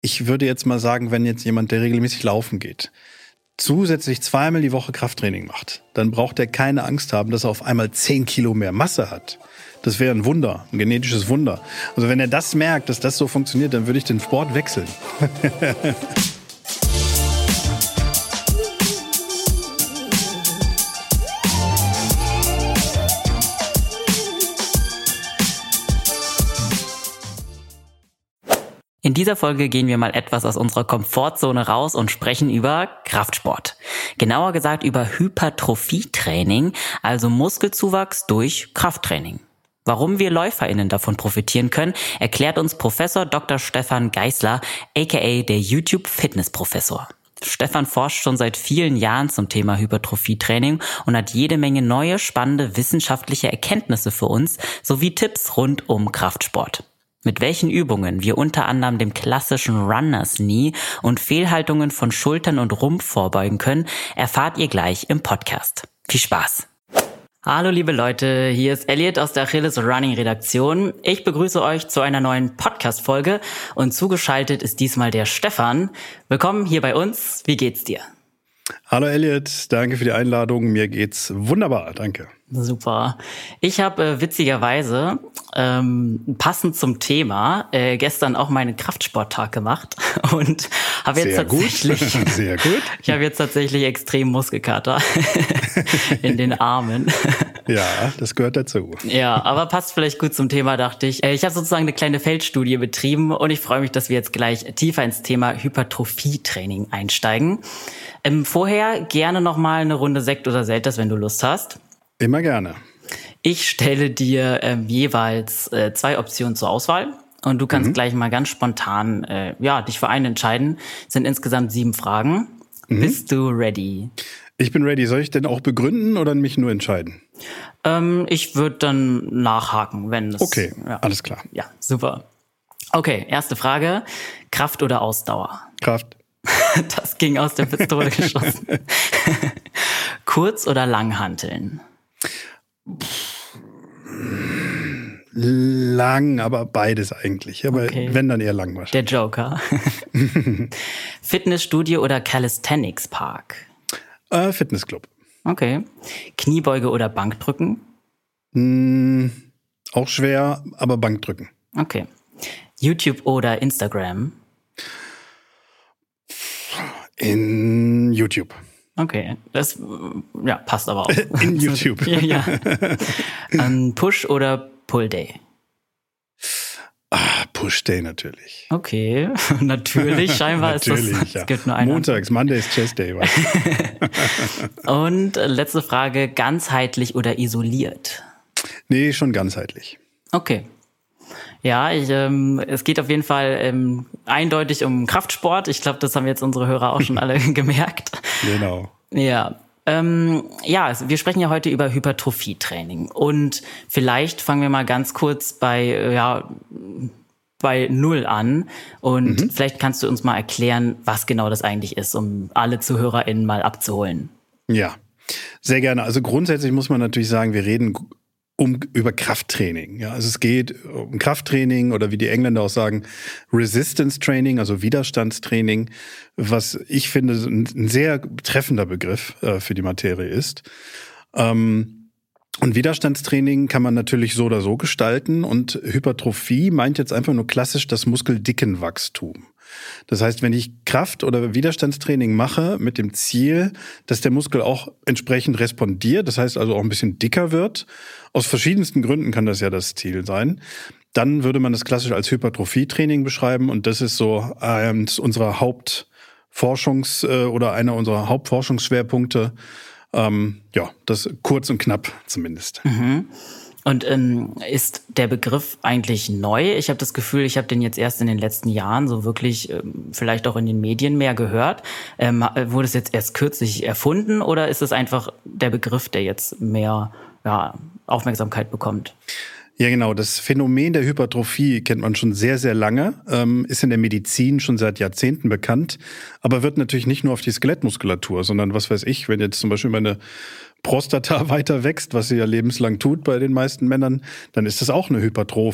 ich würde jetzt mal sagen, wenn jetzt jemand, der regelmäßig laufen geht, zusätzlich 2-mal die Woche Krafttraining macht, dann braucht er keine Angst haben, dass er auf einmal 10 Kilo mehr Masse hat. Das wäre ein Wunder, ein genetisches Wunder. Also wenn er das merkt, dass das so funktioniert, dann würde ich den Sport wechseln. In dieser Folge gehen wir mal etwas aus unserer Komfortzone raus und sprechen über Kraftsport. Genauer gesagt über Hypertrophietraining, also Muskelzuwachs durch Krafttraining. Warum wir LäuferInnen davon profitieren können, erklärt uns Professor Dr. Stefan Geisler, aka der YouTube-Fitness-Professor. Stefan forscht schon seit vielen Jahren zum Thema Hypertrophietraining und hat jede Menge neue, spannende wissenschaftliche Erkenntnisse für uns sowie Tipps rund um Kraftsport. Mit welchen Übungen wir unter anderem dem klassischen Runners Knee und Fehlhaltungen von Schultern und Rumpf vorbeugen können, erfahrt ihr gleich im Podcast. Viel Spaß! Hallo liebe Leute, hier ist Elliot aus der Achilles Running Redaktion. Ich begrüße euch zu einer neuen Podcast-Folge und zugeschaltet ist diesmal der Stefan. Willkommen hier bei uns. Wie geht's dir? Hallo Elliot, danke für die Einladung. Mir geht's wunderbar, danke. Super. Ich habe witzigerweise passend zum Thema gestern auch meinen Kraftsporttag gemacht und habe jetzt Sehr gut. Ich habe jetzt tatsächlich extrem Muskelkater in den Armen. Ja, das gehört dazu. Ja, aber passt vielleicht gut zum Thema, dachte ich. Ich habe sozusagen eine kleine Feldstudie betrieben und ich freue mich, dass wir jetzt gleich tiefer ins Thema Hypertrophietraining einsteigen. Vorher gerne nochmal eine Runde Sekt oder Selters, wenn du Lust hast. Immer gerne. Ich stelle dir jeweils 2 Optionen zur Auswahl und du kannst gleich mal ganz spontan dich für eine entscheiden. Es sind insgesamt 7 Fragen. Bist du ready? Ich bin ready. Soll ich denn auch begründen oder mich nur entscheiden? Ich würde dann nachhaken, wenn es... Okay, alles klar. Ja, super. Okay, erste Frage. Kraft oder Ausdauer? Kraft. Das ging aus der Pistole geschossen. Kurz- oder Langhanteln? Lang, aber beides eigentlich. Aber okay. Wenn, dann eher lang wahrscheinlich. Der Joker. Fitnessstudio oder Calisthenics Park? Fitnessclub. Okay. Kniebeuge oder Bankdrücken? Auch schwer, aber Bankdrücken. Okay. YouTube oder Instagram? In YouTube. Okay, das passt aber auch. In YouTube. Ja. Push oder Pull Day? Push Day natürlich. Okay, natürlich, scheinbar natürlich, ist das. Ja. Es gibt nur einen. Montags, Mondays, Chest Day. Und letzte Frage, ganzheitlich oder isoliert? Nee, schon ganzheitlich. Okay. Ja, es geht auf jeden Fall eindeutig um Kraftsport. Ich glaube, das haben jetzt unsere Hörer auch schon alle gemerkt. Genau. Ja. Wir sprechen ja heute über Hypertrophietraining. Und vielleicht fangen wir mal ganz kurz bei 0 an. Und vielleicht kannst du uns mal erklären, was genau das eigentlich ist, um alle ZuhörerInnen mal abzuholen. Ja, sehr gerne. Also grundsätzlich muss man natürlich sagen, wir reden über Krafttraining. Ja, also es geht um Krafttraining oder wie die Engländer auch sagen, Resistance Training, also Widerstandstraining, was ich finde ein sehr treffender Begriff für die Materie ist. Und Widerstandstraining kann man natürlich so oder so gestalten und Hypertrophie meint jetzt einfach nur klassisch das Muskeldickenwachstum. Das heißt, wenn ich Kraft- oder Widerstandstraining mache mit dem Ziel, dass der Muskel auch entsprechend respondiert, das heißt also auch ein bisschen dicker wird, aus verschiedensten Gründen kann das ja das Ziel sein, dann würde man das klassisch als Hypertrophietraining beschreiben und das ist so unserer einer unserer Hauptforschungsschwerpunkte. Das kurz und knapp zumindest. Mhm. Und ist der Begriff eigentlich neu? Ich habe das Gefühl, ich habe den jetzt erst in den letzten Jahren so wirklich vielleicht auch in den Medien mehr gehört. Wurde es jetzt erst kürzlich erfunden oder ist es einfach der Begriff, der jetzt mehr Aufmerksamkeit bekommt? Ja, genau. Das Phänomen der Hypertrophie kennt man schon sehr, sehr lange, ist in der Medizin schon seit Jahrzehnten bekannt, aber wird natürlich nicht nur auf die Skelettmuskulatur, sondern was weiß ich, wenn jetzt zum Beispiel meine Prostata weiter wächst, was sie ja lebenslang tut bei den meisten Männern, dann ist das auch eine hypertrophe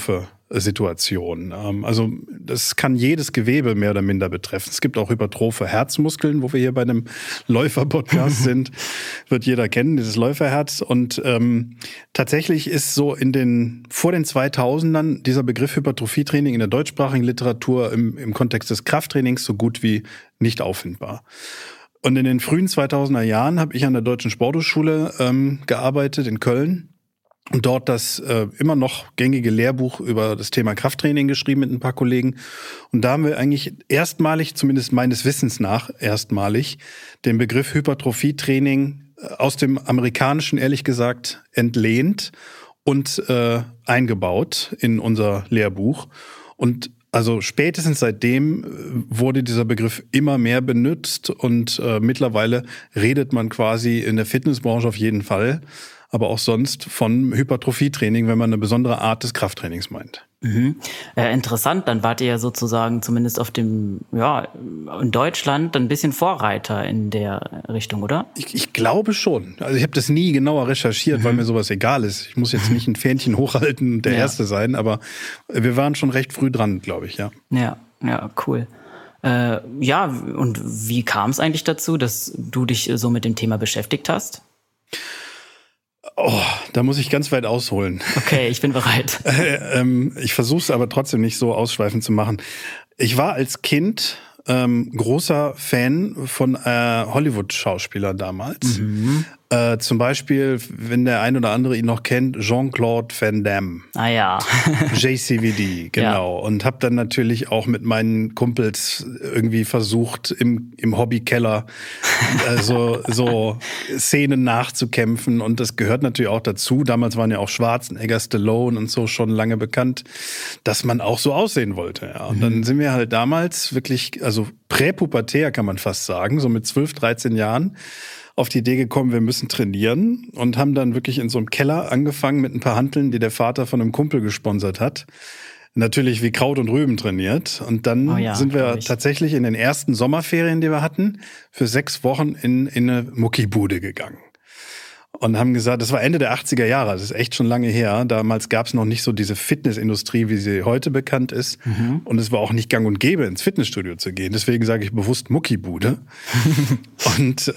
Situation. Also das kann jedes Gewebe mehr oder minder betreffen. Es gibt auch hypertrophe Herzmuskeln, wo wir hier bei einem Läufer-Podcast sind. Wird jeder kennen, dieses Läuferherz. Und tatsächlich ist so vor den 2000ern dieser Begriff Hypertrophietraining in der deutschsprachigen Literatur im Kontext des Krafttrainings so gut wie nicht auffindbar. Und in den frühen 2000er Jahren habe ich an der Deutschen Sporthochschule gearbeitet in Köln. Und dort das immer noch gängige Lehrbuch über das Thema Krafttraining geschrieben mit ein paar Kollegen. Und da haben wir eigentlich erstmalig, zumindest meines Wissens nach, den Begriff Hypertrophietraining aus dem Amerikanischen, ehrlich gesagt, entlehnt und eingebaut in unser Lehrbuch. Und also spätestens seitdem wurde dieser Begriff immer mehr benutzt und mittlerweile redet man quasi in der Fitnessbranche auf jeden Fall, aber auch sonst von Hypertrophietraining, wenn man eine besondere Art des Krafttrainings meint. Mhm. Interessant, dann wart ihr ja sozusagen zumindest in Deutschland ein bisschen Vorreiter in der Richtung, oder? Ich glaube schon. Also ich habe das nie genauer recherchiert, weil mir sowas egal ist. Ich muss jetzt nicht ein Fähnchen hochhalten und der Erste sein, aber wir waren schon recht früh dran, glaube ich, ja. Ja, cool. Und wie kam es eigentlich dazu, dass du dich so mit dem Thema beschäftigt hast? Oh, da muss ich ganz weit ausholen. Okay, ich bin bereit. Ich versuche es aber trotzdem nicht so ausschweifend zu machen. Ich war als Kind großer Fan von Hollywood-Schauspielern damals. Mhm. Zum Beispiel, wenn der ein oder andere ihn noch kennt, Jean-Claude Van Damme. Ah ja. JCVD, genau. Ja. Und habe dann natürlich auch mit meinen Kumpels irgendwie versucht, im Hobbykeller so Szenen nachzukämpfen. Und das gehört natürlich auch dazu. Damals waren ja auch Schwarzenegger, Stallone und so schon lange bekannt, dass man auch so aussehen wollte. Ja. Und dann sind wir halt damals wirklich, also präpubertär kann man fast sagen, so mit 12, 13 Jahren, auf die Idee gekommen, wir müssen trainieren und haben dann wirklich in so einem Keller angefangen mit ein paar Hanteln, die der Vater von einem Kumpel gesponsert hat. Natürlich wie Kraut und Rüben trainiert. Und dann sind wir tatsächlich in den ersten Sommerferien, die wir hatten, für 6 Wochen in eine Muckibude gegangen. Und haben gesagt, das war Ende der 80er Jahre, das ist echt schon lange her. Damals gab es noch nicht so diese Fitnessindustrie, wie sie heute bekannt ist. Mhm. Und es war auch nicht gang und gäbe, ins Fitnessstudio zu gehen. Deswegen sage ich bewusst Muckibude. Und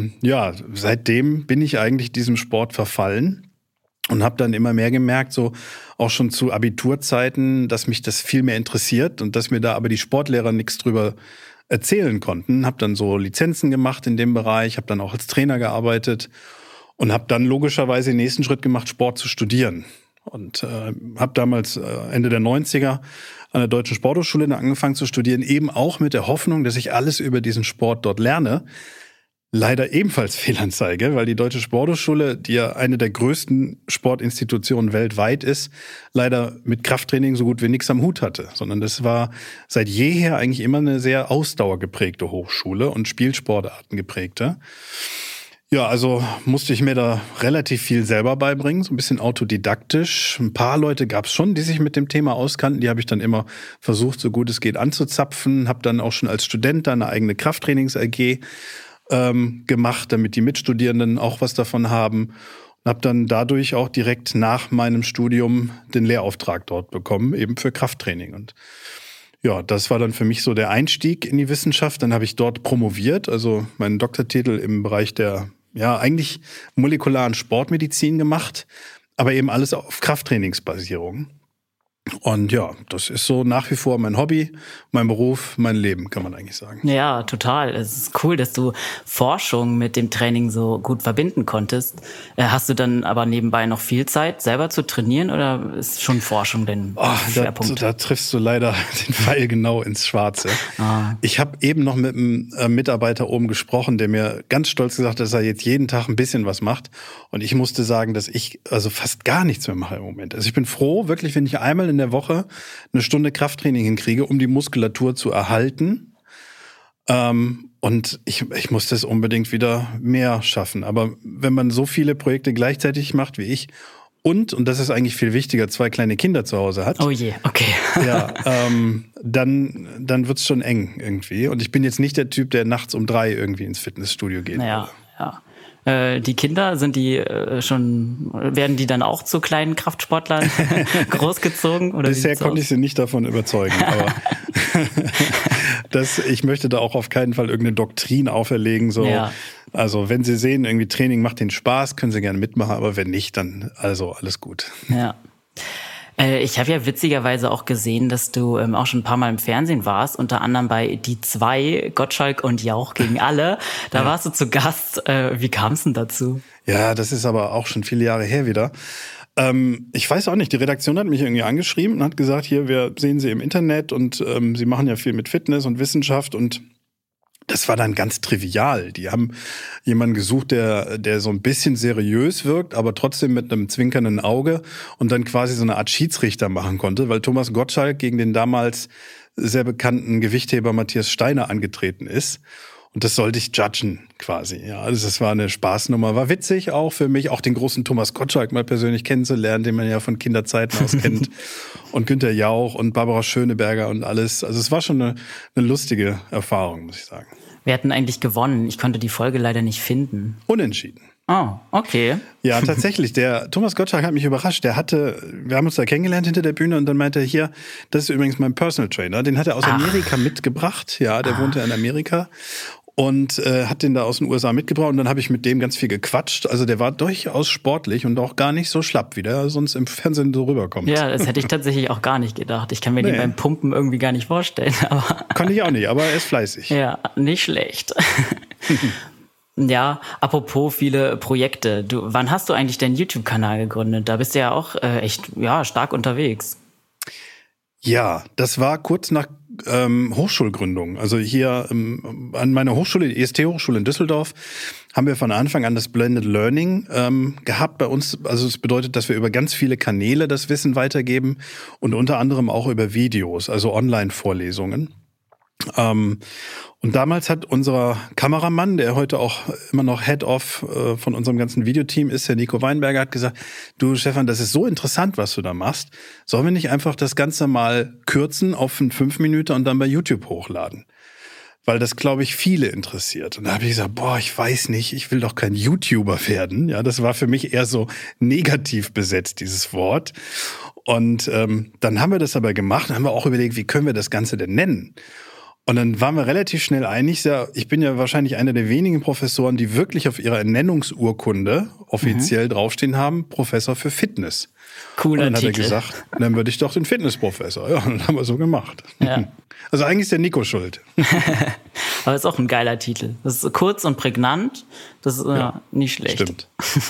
seitdem bin ich eigentlich diesem Sport verfallen und habe dann immer mehr gemerkt, so auch schon zu Abiturzeiten, dass mich das viel mehr interessiert und dass mir da aber die Sportlehrer nichts drüber erzählen konnten. Habe dann so Lizenzen gemacht in dem Bereich, habe dann auch als Trainer gearbeitet. Und habe dann logischerweise den nächsten Schritt gemacht, Sport zu studieren. Und habe damals Ende der 90er an der Deutschen Sporthochschule angefangen zu studieren, eben auch mit der Hoffnung, dass ich alles über diesen Sport dort lerne. Leider ebenfalls Fehlanzeige, weil die Deutsche Sporthochschule, die ja eine der größten Sportinstitutionen weltweit ist, leider mit Krafttraining so gut wie nichts am Hut hatte. Sondern das war seit jeher eigentlich immer eine sehr ausdauergeprägte Hochschule und Spielsportarten geprägte. Ja, also musste ich mir da relativ viel selber beibringen, so ein bisschen autodidaktisch. Ein paar Leute gab es schon, die sich mit dem Thema auskannten. Die habe ich dann immer versucht, so gut es geht anzuzapfen. Habe dann auch schon als Student eine eigene Krafttrainings-AG gemacht, damit die Mitstudierenden auch was davon haben. Und habe dann dadurch auch direkt nach meinem Studium den Lehrauftrag dort bekommen, eben für Krafttraining. Und ja, das war dann für mich so der Einstieg in die Wissenschaft. Dann habe ich dort promoviert, also meinen Doktortitel im Bereich der eigentlich molekularen Sportmedizin gemacht, aber eben alles auf Krafttrainingsbasierung. Und ja, das ist so nach wie vor mein Hobby, mein Beruf, mein Leben, kann man eigentlich sagen. Ja, total. Es ist cool, dass du Forschung mit dem Training so gut verbinden konntest. Hast du dann aber nebenbei noch viel Zeit, selber zu trainieren, oder ist schon Forschung dein Schwerpunkt? Da triffst du leider den Pfeil genau ins Schwarze. Ich habe eben noch mit einem Mitarbeiter oben gesprochen, der mir ganz stolz gesagt hat, dass er jetzt jeden Tag ein bisschen was macht. Und ich musste sagen, dass ich also fast gar nichts mehr mache im Moment. Also ich bin froh, wirklich, wenn ich einmal in der Woche eine Stunde Krafttraining hinkriege, um die Muskulatur zu erhalten. Und ich muss das unbedingt wieder mehr schaffen. Aber wenn man so viele Projekte gleichzeitig macht wie ich und das ist eigentlich viel wichtiger, 2 kleine Kinder zu Hause hat. Oh je, okay. Ja, dann wird's schon eng irgendwie. Und ich bin jetzt nicht der Typ, der nachts um 3 irgendwie ins Fitnessstudio geht. Ja. Die Kinder, werden die dann auch zu kleinen Kraftsportlern großgezogen? Oder bisher konnte ich sie nicht davon überzeugen, aber ich möchte da auch auf keinen Fall irgendeine Doktrin auferlegen. So. Ja. Also wenn sie sehen, irgendwie Training macht ihnen Spaß, können sie gerne mitmachen, aber wenn nicht, dann also alles gut. Ja. Ich habe ja witzigerweise auch gesehen, dass du auch schon ein paar Mal im Fernsehen warst, unter anderem bei Die 2, Gottschalk und Jauch gegen alle. Da warst du zu Gast. Wie kam es denn dazu? Ja, das ist aber auch schon viele Jahre her wieder. Ich weiß auch nicht, die Redaktion hat mich irgendwie angeschrieben und hat gesagt, hier, wir sehen Sie im Internet und Sie machen ja viel mit Fitness und Wissenschaft und das war dann ganz trivial. Die haben jemanden gesucht, der so ein bisschen seriös wirkt, aber trotzdem mit einem zwinkernden Auge und dann quasi so eine Art Schiedsrichter machen konnte, weil Thomas Gottschalk gegen den damals sehr bekannten Gewichtheber Matthias Steiner angetreten ist. Und das sollte ich judgen quasi. Ja, also das war eine Spaßnummer. War witzig auch für mich, auch den großen Thomas Gottschalk mal persönlich kennenzulernen, den man ja von Kinderzeiten aus kennt. Und Günther Jauch und Barbara Schöneberger und alles. Also es war schon eine lustige Erfahrung, muss ich sagen. Wir hatten eigentlich gewonnen. Ich konnte die Folge leider nicht finden. Unentschieden. Oh, okay. Ja, tatsächlich. Der Thomas Gottschalk hat mich überrascht. Wir haben uns da kennengelernt hinter der Bühne und dann meinte er, hier, das ist übrigens mein Personal Trainer. Den hat er aus Amerika mitgebracht. Ja, der wohnte in Amerika. Und hat den da aus den USA mitgebracht und dann habe ich mit dem ganz viel gequatscht. Also der war durchaus sportlich und auch gar nicht so schlapp, wie der sonst im Fernsehen so rüberkommt. Ja, das hätte ich tatsächlich auch gar nicht gedacht. Ich kann mir den beim Pumpen irgendwie gar nicht vorstellen. Aber konnte ich auch nicht, aber er ist fleißig. Ja, nicht schlecht. Ja, apropos viele Projekte. Wann hast du eigentlich deinen YouTube-Kanal gegründet? Da bist du ja auch echt stark unterwegs. Ja, das war kurz nach Hochschulgründung. Also hier an meiner Hochschule, die EST-Hochschule in Düsseldorf, haben wir von Anfang an das Blended Learning gehabt bei uns. Also es bedeutet, dass wir über ganz viele Kanäle das Wissen weitergeben und unter anderem auch über Videos, also Online-Vorlesungen. Und damals hat unser Kameramann, der heute auch immer noch Head-Off von unserem ganzen Videoteam ist, der Nico Weinberger, hat gesagt, du Stefan, das ist so interessant, was du da machst. Sollen wir nicht einfach das Ganze mal kürzen auf 5 Minuten und dann bei YouTube hochladen? Weil das, glaube ich, viele interessiert. Und da habe ich gesagt, ich weiß nicht, ich will doch kein YouTuber werden. Ja, das war für mich eher so negativ besetzt, dieses Wort. Und dann haben wir das aber gemacht und haben wir auch überlegt, wie können wir das Ganze denn nennen? Und dann waren wir relativ schnell einig, ich bin ja wahrscheinlich einer der wenigen Professoren, die wirklich auf ihrer Ernennungsurkunde offiziell draufstehen haben, Professor für Fitness. Cooler und dann Titel. Hat er gesagt, dann würde ich doch den Fitnessprofessor. Ja, und dann haben wir so gemacht. Ja. Also eigentlich ist der Nico schuld. Aber ist auch ein geiler Titel. Das ist kurz und prägnant. Das ist nicht schlecht. Stimmt.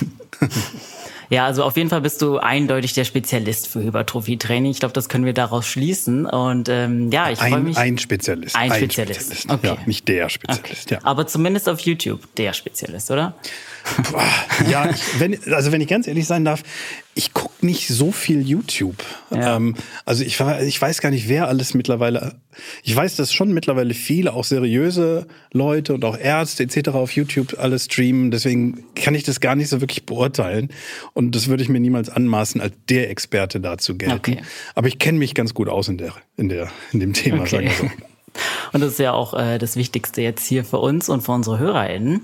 Ja, also auf jeden Fall bist du eindeutig der Spezialist für Hypertrophie-Training. Ich glaube, das können wir daraus schließen. Und ich freue mich. Ein Spezialist. Ein Spezialist. Okay. Ja, nicht der Spezialist. Okay. Ja. Aber zumindest auf YouTube der Spezialist, oder? Ja, wenn ich ganz ehrlich sein darf, ich gucke nicht so viel YouTube. Ja. Also ich weiß gar nicht, wer alles mittlerweile. Ich weiß, dass schon mittlerweile viele, auch seriöse Leute und auch Ärzte etc. auf YouTube alles streamen. Deswegen kann ich das gar nicht so wirklich beurteilen. Und das würde ich mir niemals anmaßen, als der Experte da zu gelten. Okay. Aber ich kenne mich ganz gut aus in dem Thema, sagen wir so. Und das ist ja auch das Wichtigste jetzt hier für uns und für unsere HörerInnen.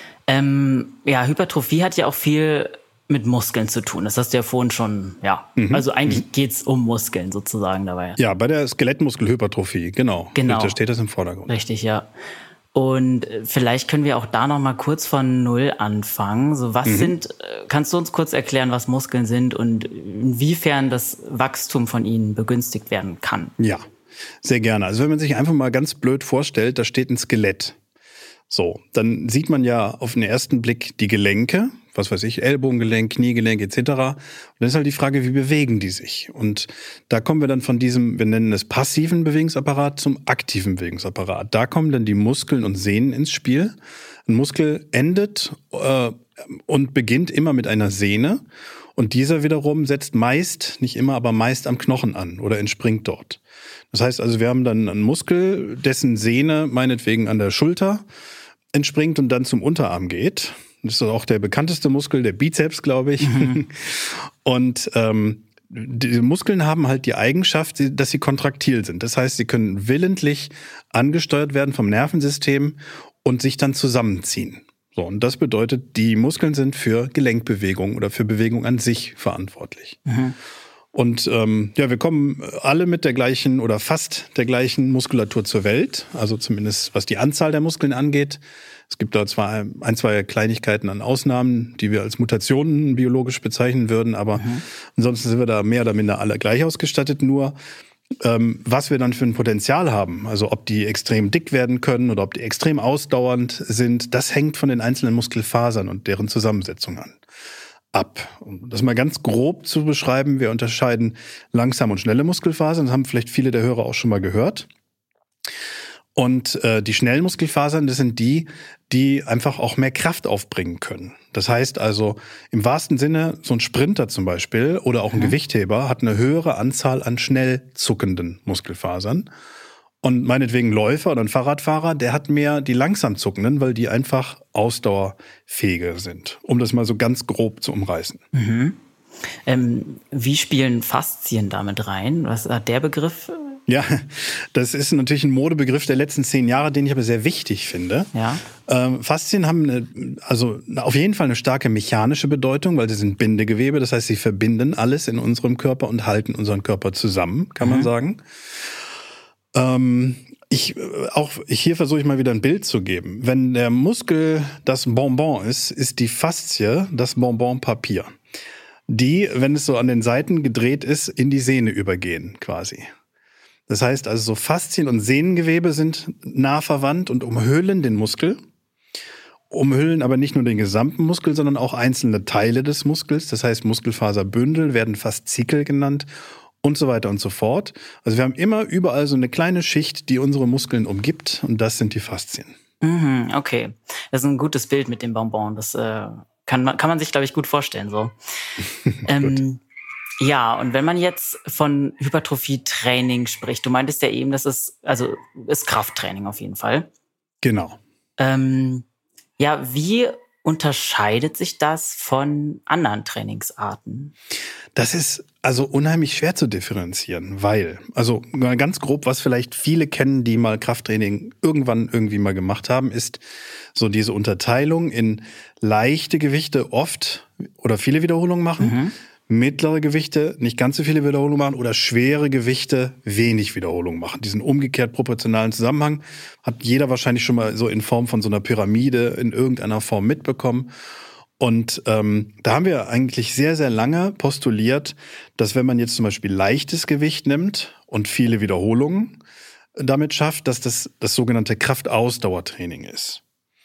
Hypertrophie hat ja auch viel mit Muskeln zu tun. Das hast du ja vorhin schon, Also eigentlich geht's um Muskeln sozusagen dabei. Ja, bei der Skelettmuskelhypertrophie, genau. Da steht das im Vordergrund. Richtig, ja. Und vielleicht können wir auch da noch mal kurz von Null anfangen. So, kannst du uns kurz erklären, was Muskeln sind und inwiefern das Wachstum von ihnen begünstigt werden kann? Ja, sehr gerne. Also wenn man sich einfach mal ganz blöd vorstellt, da steht ein Skelett. So, dann sieht man ja auf den ersten Blick die Gelenke, was weiß ich, Ellbogengelenk, Kniegelenk etc. Und dann ist halt die Frage, wie bewegen die sich? Und da kommen wir dann von diesem, wir nennen es passiven Bewegungsapparat zum aktiven Bewegungsapparat. Da kommen dann die Muskeln und Sehnen ins Spiel. Ein Muskel endet und beginnt immer mit einer Sehne. Und dieser wiederum setzt meist, nicht immer, aber meist am Knochen an oder entspringt dort. Das heißt also, wir haben dann einen Muskel, dessen Sehne meinetwegen an der Schulter entspringt und dann zum Unterarm geht. Das ist auch der bekannteste Muskel, der Bizeps, glaube ich. Mhm. Und die Muskeln haben halt die Eigenschaft, dass sie kontraktil sind. Das heißt, sie können willentlich angesteuert werden vom Nervensystem und sich dann zusammenziehen. So, und das bedeutet, die Muskeln sind für Gelenkbewegung oder für Bewegung an sich verantwortlich. Und wir kommen alle mit der gleichen oder fast der gleichen Muskulatur zur Welt, also zumindest was die Anzahl der Muskeln angeht. Es gibt da zwar ein, zwei Kleinigkeiten an Ausnahmen, die wir als Mutationen biologisch bezeichnen würden, aber ansonsten sind wir da mehr oder minder alle gleich ausgestattet. Nur was wir dann für ein Potenzial haben, also ob die extrem dick werden können oder ob die extrem ausdauernd sind, das hängt von den einzelnen Muskelfasern und deren Zusammensetzung ab. Um das mal ganz grob zu beschreiben, wir unterscheiden langsame und schnelle Muskelfasern, das haben vielleicht viele der Hörer auch schon mal gehört. Und die schnellen Muskelfasern, das sind die einfach auch mehr Kraft aufbringen können. Das heißt also im wahrsten Sinne, so ein Sprinter zum Beispiel oder auch ein Gewichtheber hat eine höhere Anzahl an schnell zuckenden Muskelfasern. Und meinetwegen Läufer oder ein Fahrradfahrer, der hat mehr die langsam zuckenden, weil die einfach ausdauerfähiger sind. Um das mal so ganz grob zu umreißen. Wie spielen Faszien damit rein? Was hat der Begriff? Ja, das ist natürlich ein Modebegriff der letzten 10 Jahre, den ich aber sehr wichtig finde. Ja. Faszien haben auf jeden Fall eine starke mechanische Bedeutung, weil sie sind Bindegewebe. Das heißt, sie verbinden alles in unserem Körper und halten unseren Körper zusammen, kann man sagen. Hier versuche ich mal wieder ein Bild zu geben. Wenn der Muskel das Bonbon ist, ist die Faszie das Bonbonpapier. Die, wenn es so an den Seiten gedreht ist, in die Sehne übergehen quasi. Das heißt also, so Faszien und Sehnengewebe sind nah verwandt und umhüllen den Muskel. Umhüllen aber nicht nur den gesamten Muskel, sondern auch einzelne Teile des Muskels. Das heißt, Muskelfaserbündel werden Faszikel genannt und so weiter und so fort. Also wir haben immer überall so eine kleine Schicht, die unsere Muskeln umgibt und das sind die Faszien. Okay, das ist ein gutes Bild mit dem Bonbon. Das kann man sich, glaube ich, gut vorstellen. So. Ja, und wenn man jetzt von Hypertrophie-Training spricht, du meintest ja eben, das ist Krafttraining auf jeden Fall. Genau. Wie unterscheidet sich das von anderen Trainingsarten? Das ist also unheimlich schwer zu differenzieren, weil, also ganz grob, was vielleicht viele kennen, die mal Krafttraining irgendwann irgendwie mal gemacht haben, ist so diese Unterteilung in leichte Gewichte oft oder viele Wiederholungen machen, mittlere Gewichte nicht ganz so viele Wiederholungen machen oder schwere Gewichte wenig Wiederholungen machen. Diesen umgekehrt proportionalen Zusammenhang hat jeder wahrscheinlich schon mal so in Form von so einer Pyramide in irgendeiner Form mitbekommen. Und da haben wir eigentlich sehr, sehr lange postuliert, dass wenn man jetzt zum Beispiel leichtes Gewicht nimmt und viele Wiederholungen damit schafft, dass das sogenannte Kraftausdauertraining ist.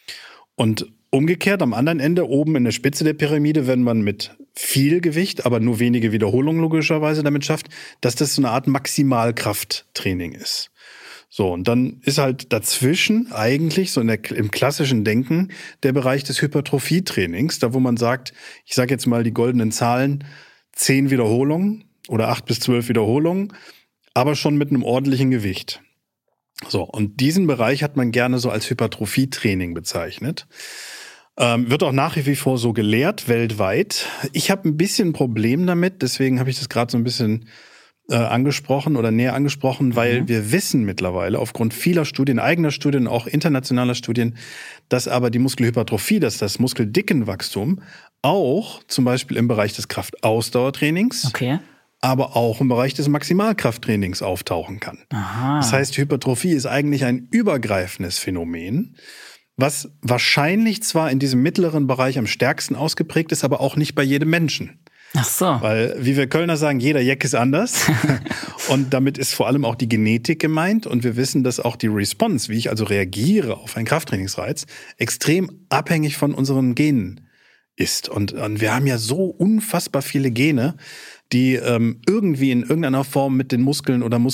Und umgekehrt am anderen Ende, oben in der Spitze der Pyramide, wenn man mit viel Gewicht, aber nur wenige Wiederholungen logischerweise damit schafft, dass das so eine Art Maximalkrafttraining ist. So, und dann ist halt dazwischen eigentlich so im klassischen Denken der Bereich des Hypertrophietrainings, da wo man sagt, ich sage jetzt mal die goldenen Zahlen, 10 Wiederholungen oder 8 bis 12 Wiederholungen, aber schon mit einem ordentlichen Gewicht. So, und diesen Bereich hat man gerne so als Hypertrophietraining bezeichnet. Wird auch nach wie vor so gelehrt, weltweit. Ich habe ein bisschen ein Problem damit, deswegen habe ich das gerade so ein bisschen angesprochen oder näher angesprochen, weil wir wissen mittlerweile aufgrund vieler Studien, eigener Studien, auch internationaler Studien, dass aber die Muskelhypertrophie, dass das Muskeldickenwachstum auch zum Beispiel im Bereich des Kraftausdauertrainings, aber auch im Bereich des Maximalkrafttrainings auftauchen kann. Aha. Das heißt, Hypertrophie ist eigentlich ein übergreifendes Phänomen, was wahrscheinlich zwar in diesem mittleren Bereich am stärksten ausgeprägt ist, aber auch nicht bei jedem Menschen. Ach so. Weil, wie wir Kölner sagen, jeder Jack ist anders. Und damit ist vor allem auch die Genetik gemeint. Und wir wissen, dass auch die Response, wie ich also reagiere auf einen Krafttrainingsreiz, extrem abhängig von unseren Genen ist. Und wir haben ja so unfassbar viele Gene, die irgendwie in irgendeiner Form mit den Muskeln oder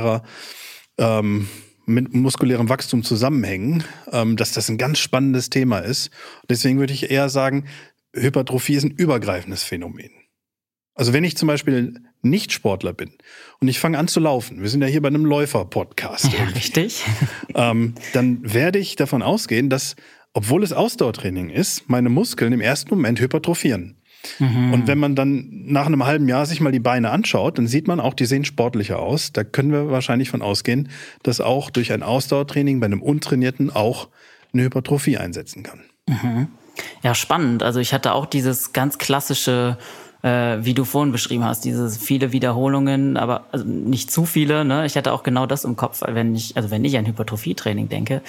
mit muskulärem Wachstum zusammenhängen, dass das ein ganz spannendes Thema ist. Deswegen würde ich eher sagen, Hypertrophie ist ein übergreifendes Phänomen. Also wenn ich zum Beispiel nicht Sportler bin und ich fange an zu laufen, wir sind ja hier bei einem Läufer-Podcast. Ja, richtig. Dann werde ich davon ausgehen, dass, obwohl es Ausdauertraining ist, meine Muskeln im ersten Moment hypertrophieren. Und wenn man dann nach einem halben Jahr sich mal die Beine anschaut, dann sieht man auch, die sehen sportlicher aus. Da können wir wahrscheinlich von ausgehen, dass auch durch ein Ausdauertraining bei einem Untrainierten auch eine Hypertrophie einsetzen kann. Ja, spannend. Also ich hatte auch dieses ganz klassische, wie du vorhin beschrieben hast, diese viele Wiederholungen, aber also nicht zu viele. Ne? Ich hatte auch genau das im Kopf, wenn ich an Hypertrophietraining denke.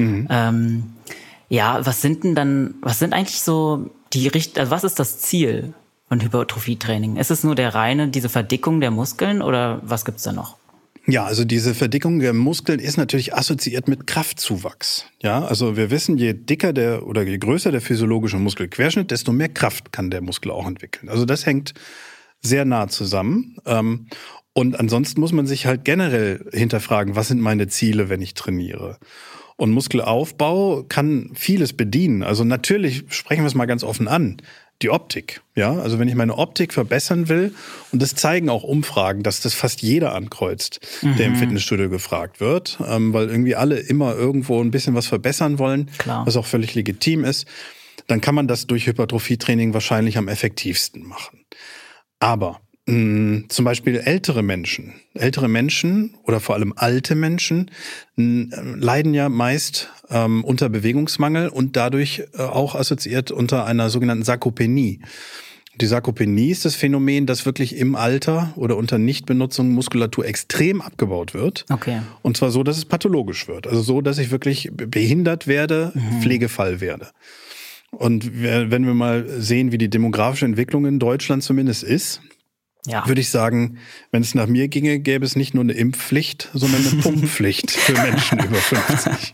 Ja, was sind eigentlich so also was ist das Ziel von Hypertrophietraining? Ist es nur diese Verdickung der Muskeln oder was gibt's da noch? Ja, also diese Verdickung der Muskeln ist natürlich assoziiert mit Kraftzuwachs. Ja, also wir wissen, je dicker je größer der physiologische Muskelquerschnitt, desto mehr Kraft kann der Muskel auch entwickeln. Also das hängt sehr nah zusammen. Und ansonsten muss man sich halt generell hinterfragen, was sind meine Ziele, wenn ich trainiere? Und Muskelaufbau kann vieles bedienen. Also natürlich sprechen wir es mal ganz offen an. Die Optik, ja, also wenn ich meine Optik verbessern will, und das zeigen auch Umfragen, dass das fast jeder ankreuzt, der im Fitnessstudio gefragt wird, weil irgendwie alle immer irgendwo ein bisschen was verbessern wollen, was auch völlig legitim ist, dann kann man das durch Hypertrophietraining wahrscheinlich am effektivsten machen. Aber zum Beispiel ältere Menschen oder vor allem alte Menschen leiden ja meist unter Bewegungsmangel und dadurch auch assoziiert unter einer sogenannten Sarkopenie. Die Sarkopenie ist das Phänomen, dass wirklich im Alter oder unter Nichtbenutzung Muskulatur extrem abgebaut wird. Okay. Und zwar so, dass es pathologisch wird. Also so, dass ich wirklich behindert werde, Pflegefall werde. Und wenn wir mal sehen, wie die demografische Entwicklung in Deutschland zumindest ist, würde ich sagen, wenn es nach mir ginge, gäbe es nicht nur eine Impfpflicht, sondern eine Pumppflicht für Menschen über 50.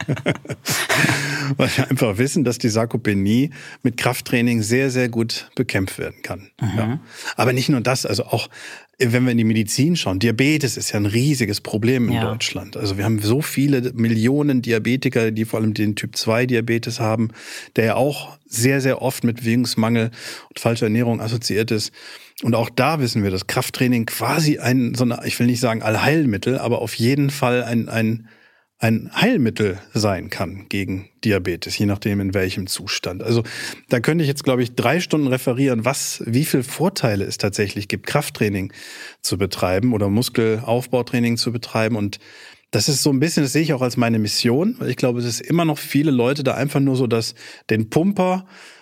Weil wir einfach wissen, dass die Sarkopenie mit Krafttraining sehr, sehr gut bekämpft werden kann. Ja. Aber nicht nur das, also auch wenn wir in die Medizin schauen, Diabetes ist ja ein riesiges Problem in Deutschland. Also wir haben so viele Millionen Diabetiker, die vor allem den Typ-2-Diabetes haben, der ja auch sehr, sehr oft mit Bewegungsmangel und falscher Ernährung assoziiert ist. Und auch da wissen wir, dass Krafttraining quasi ich will nicht sagen Allheilmittel, aber auf jeden Fall ein Heilmittel sein kann gegen Diabetes, je nachdem in welchem Zustand. Also da könnte ich jetzt, glaube ich, 3 Stunden referieren, wie viel Vorteile es tatsächlich gibt, Krafttraining zu betreiben oder Muskelaufbautraining zu betreiben. Und das ist so ein bisschen, das sehe ich auch als meine Mission, weil ich glaube, es ist immer noch viele Leute da einfach nur so, dass den Pumper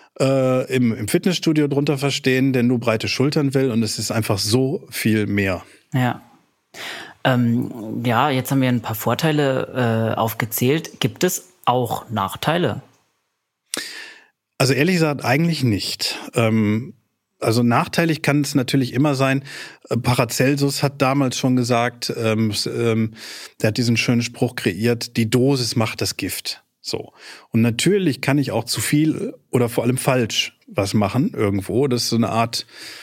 im Fitnessstudio drunter verstehen, der nur breite Schultern will, und es ist einfach so viel mehr. Ja. Jetzt haben wir ein paar Vorteile aufgezählt. Gibt es auch Nachteile? Also ehrlich gesagt eigentlich nicht. Also nachteilig kann es natürlich immer sein. Paracelsus hat damals schon gesagt, der hat diesen schönen Spruch kreiert, die Dosis macht das Gift. So. Und natürlich kann ich auch zu viel oder vor allem falsch was machen irgendwo. Das ist so eine Art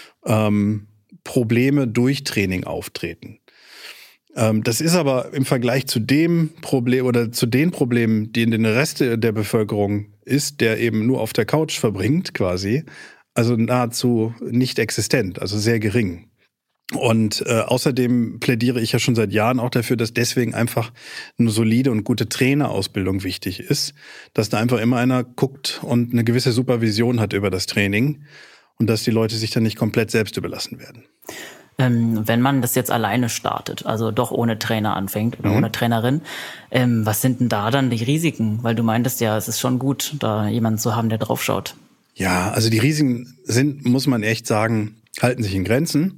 Probleme durch Training auftreten. Das ist aber im Vergleich zu dem Problem oder zu den Problemen, die in den Rest der Bevölkerung ist, der eben nur auf der Couch verbringt quasi, also nahezu nicht existent, also sehr gering. Und außerdem plädiere ich ja schon seit Jahren auch dafür, dass deswegen einfach eine solide und gute Trainerausbildung wichtig ist, dass da einfach immer einer guckt und eine gewisse Supervision hat über das Training und dass die Leute sich dann nicht komplett selbst überlassen werden. Wenn man das jetzt alleine startet, also doch ohne Trainer anfängt oder ohne Trainerin, was sind denn da dann die Risiken? Weil du meintest ja, es ist schon gut, da jemanden zu haben, der drauf schaut. Ja, also die Risiken sind, muss man echt sagen, halten sich in Grenzen.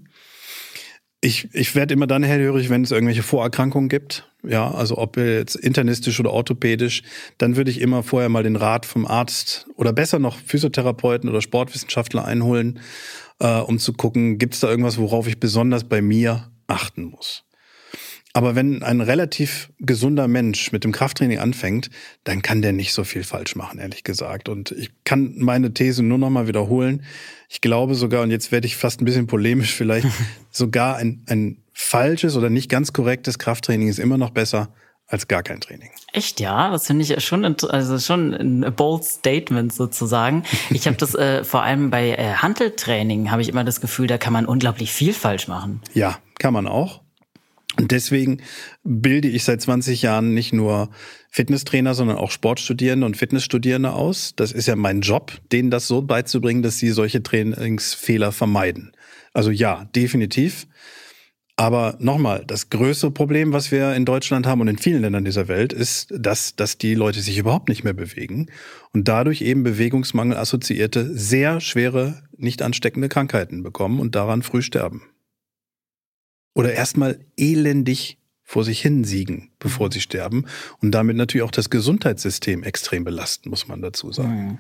Ich werde immer dann hellhörig, wenn es irgendwelche Vorerkrankungen gibt. Ja, also ob jetzt internistisch oder orthopädisch, dann würde ich immer vorher mal den Rat vom Arzt oder besser noch Physiotherapeuten oder Sportwissenschaftler einholen, um zu gucken, gibt es da irgendwas, worauf ich besonders bei mir achten muss. Aber wenn ein relativ gesunder Mensch mit dem Krafttraining anfängt, dann kann der nicht so viel falsch machen, ehrlich gesagt. Und ich kann meine These nur noch mal wiederholen. Ich glaube sogar, und jetzt werde ich fast ein bisschen polemisch vielleicht, sogar ein falsches oder nicht ganz korrektes Krafttraining ist immer noch besser als gar kein Training. Echt, ja? Das finde ich schon ein bold Statement sozusagen. Ich habe das vor allem bei Hanteltraining habe ich immer das Gefühl, da kann man unglaublich viel falsch machen. Ja, kann man auch. Und deswegen bilde ich seit 20 Jahren nicht nur Fitnesstrainer, sondern auch Sportstudierende und Fitnessstudierende aus. Das ist ja mein Job, denen das so beizubringen, dass sie solche Trainingsfehler vermeiden. Also ja, definitiv. Aber nochmal, das größte Problem, was wir in Deutschland haben und in vielen Ländern dieser Welt, ist, dass die Leute sich überhaupt nicht mehr bewegen und dadurch eben Bewegungsmangel assoziierte, sehr schwere, nicht ansteckende Krankheiten bekommen und daran früh sterben. Oder erstmal elendig vor sich hin siegen, bevor sie sterben und damit natürlich auch das Gesundheitssystem extrem belasten, muss man dazu sagen.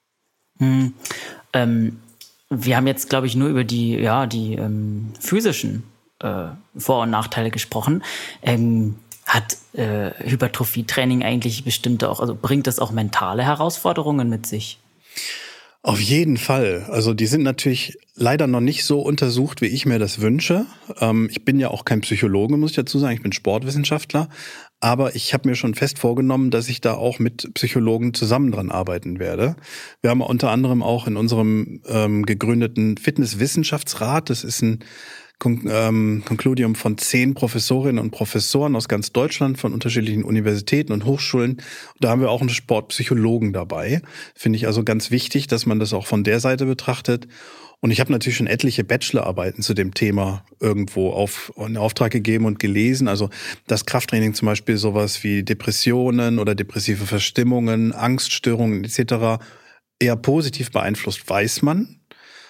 Wir haben jetzt, glaube ich, nur über die physischen Vor- und Nachteile gesprochen. Hat Hypertrophietraining eigentlich bringt das auch mentale Herausforderungen mit sich? Auf jeden Fall. Also die sind natürlich leider noch nicht so untersucht, wie ich mir das wünsche. Ich bin ja auch kein Psychologe, muss ich dazu sagen. Ich bin Sportwissenschaftler. Aber ich habe mir schon fest vorgenommen, dass ich da auch mit Psychologen zusammen dran arbeiten werde. Wir haben unter anderem auch in unserem gegründeten Fitnesswissenschaftsrat, das ist ein Konkludium von 10 Professorinnen und Professoren aus ganz Deutschland, von unterschiedlichen Universitäten und Hochschulen. Da haben wir auch einen Sportpsychologen dabei. Finde ich also ganz wichtig, dass man das auch von der Seite betrachtet. Und ich habe natürlich schon etliche Bachelorarbeiten zu dem Thema irgendwo in Auftrag gegeben und gelesen. Also das Krafttraining zum Beispiel sowas wie Depressionen oder depressive Verstimmungen, Angststörungen etc. eher positiv beeinflusst, weiß man.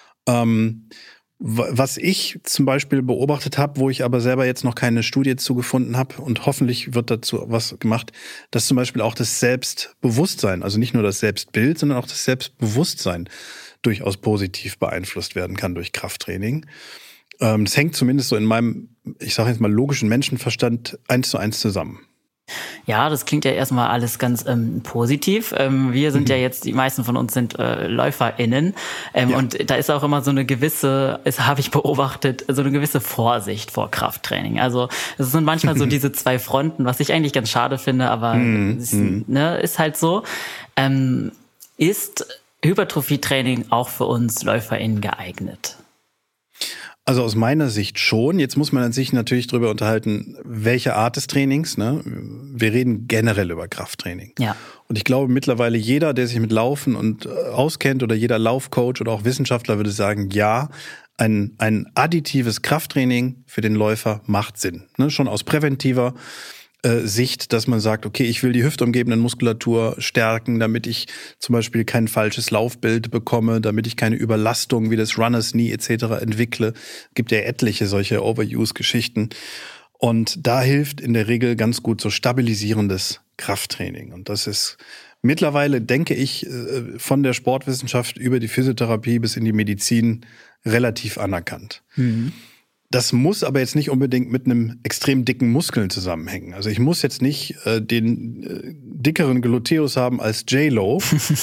Was ich zum Beispiel beobachtet habe, wo ich aber selber jetzt noch keine Studie zugefunden habe und hoffentlich wird dazu was gemacht, dass zum Beispiel auch das Selbstbewusstsein, also nicht nur das Selbstbild, sondern auch das Selbstbewusstsein durchaus positiv beeinflusst werden kann durch Krafttraining. Das hängt zumindest so in meinem, ich sage jetzt mal, logischen Menschenverstand 1:1 zusammen. Ja, das klingt ja erstmal alles ganz positiv. Wir sind ja jetzt, die meisten von uns sind LäuferInnen. Und da ist auch immer so eine gewisse, habe ich beobachtet, so eine gewisse Vorsicht vor Krafttraining. Also es sind manchmal so diese zwei Fronten, was ich eigentlich ganz schade finde, aber ist halt so. Ist Hypertrophietraining auch für uns LäuferInnen geeignet? Also aus meiner Sicht schon. Jetzt muss man sich natürlich darüber unterhalten, welche Art des Trainings. Ne? Wir reden generell über Krafttraining. Ja. Und ich glaube mittlerweile jeder, der sich mit Laufen und auskennt oder jeder Laufcoach oder auch Wissenschaftler würde sagen, ja, ein additives Krafttraining für den Läufer macht Sinn. Ne? Schon aus präventiver Sicht, dass man sagt, okay, ich will die hüftumgebenden Muskulatur stärken, damit ich zum Beispiel kein falsches Laufbild bekomme, damit ich keine Überlastung wie das Runners Knee etc. entwickle. Gibt ja etliche solche Overuse-Geschichten. Und da hilft in der Regel ganz gut so stabilisierendes Krafttraining. Und das ist mittlerweile, denke ich, von der Sportwissenschaft über die Physiotherapie bis in die Medizin relativ anerkannt. Mhm. Das muss aber jetzt nicht unbedingt mit einem extrem dicken Muskeln zusammenhängen. Also ich muss jetzt nicht den dickeren Gluteus haben als J-Lo,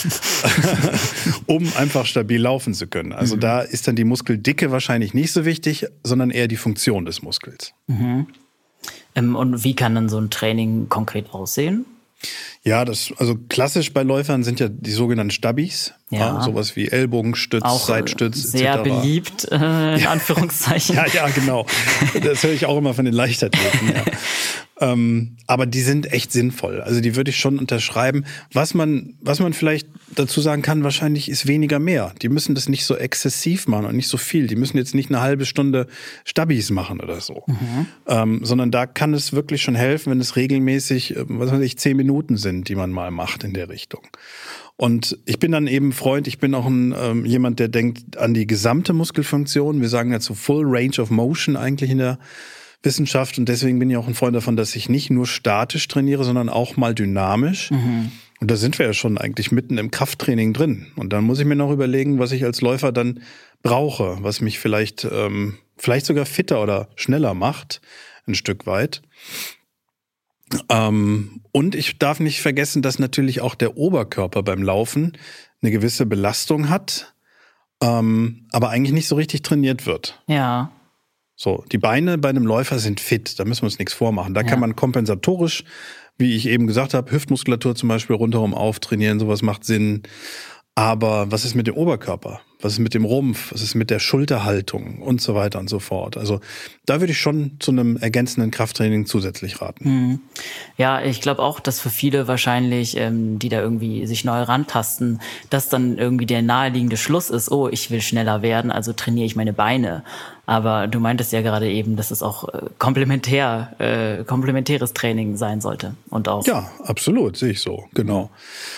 um einfach stabil laufen zu können. Also da ist dann die Muskeldicke wahrscheinlich nicht so wichtig, sondern eher die Funktion des Muskels. Mhm. Und wie kann dann so ein Training konkret aussehen? Ja, also klassisch bei Läufern sind ja die sogenannten Stabis. Ja. Sowas wie Ellbogenstütz, auch Seitstütz sehr etc. beliebt, in Anführungszeichen. Ja, genau. Das höre ich auch immer von den Leichtathleten. Ja. Aber die sind echt sinnvoll. Also die würde ich schon unterschreiben. Was man vielleicht dazu sagen kann, wahrscheinlich ist weniger mehr. Die müssen das nicht so exzessiv machen und nicht so viel. Die müssen jetzt nicht eine halbe Stunde Stabis machen oder so. Sondern da kann es wirklich schon helfen, wenn es regelmäßig, 10 Minuten sind, die man mal macht in der Richtung. Und ich bin dann eben Freund, ich bin auch jemand, der denkt an die gesamte Muskelfunktion. Wir sagen dazu Full Range of Motion eigentlich in der Wissenschaft. Und deswegen bin ich auch ein Freund davon, dass ich nicht nur statisch trainiere, sondern auch mal dynamisch. Und da sind wir ja schon eigentlich mitten im Krafttraining drin. Und dann muss ich mir noch überlegen, was ich als Läufer dann brauche, was mich vielleicht sogar fitter oder schneller macht, ein Stück weit. Und ich darf nicht vergessen, dass natürlich auch der Oberkörper beim Laufen eine gewisse Belastung hat, aber eigentlich nicht so richtig trainiert wird. Ja. So, die Beine bei einem Läufer sind fit, da müssen wir uns nichts vormachen. Da kann man kompensatorisch, wie ich eben gesagt habe, Hüftmuskulatur zum Beispiel rundherum auftrainieren, sowas macht Sinn. Aber was ist mit dem Oberkörper? Was ist mit dem Rumpf? Was ist mit der Schulterhaltung und so weiter und so fort? Also da würde ich schon zu einem ergänzenden Krafttraining zusätzlich raten. Ja, ich glaube auch, dass für viele wahrscheinlich, die da irgendwie sich neu rantasten, dass dann irgendwie der naheliegende Schluss ist, oh, ich will schneller werden, also trainiere ich meine Beine. Aber du meintest ja gerade eben, dass es auch komplementäres Training sein sollte. Und auch. Ja, absolut, sehe ich so, genau.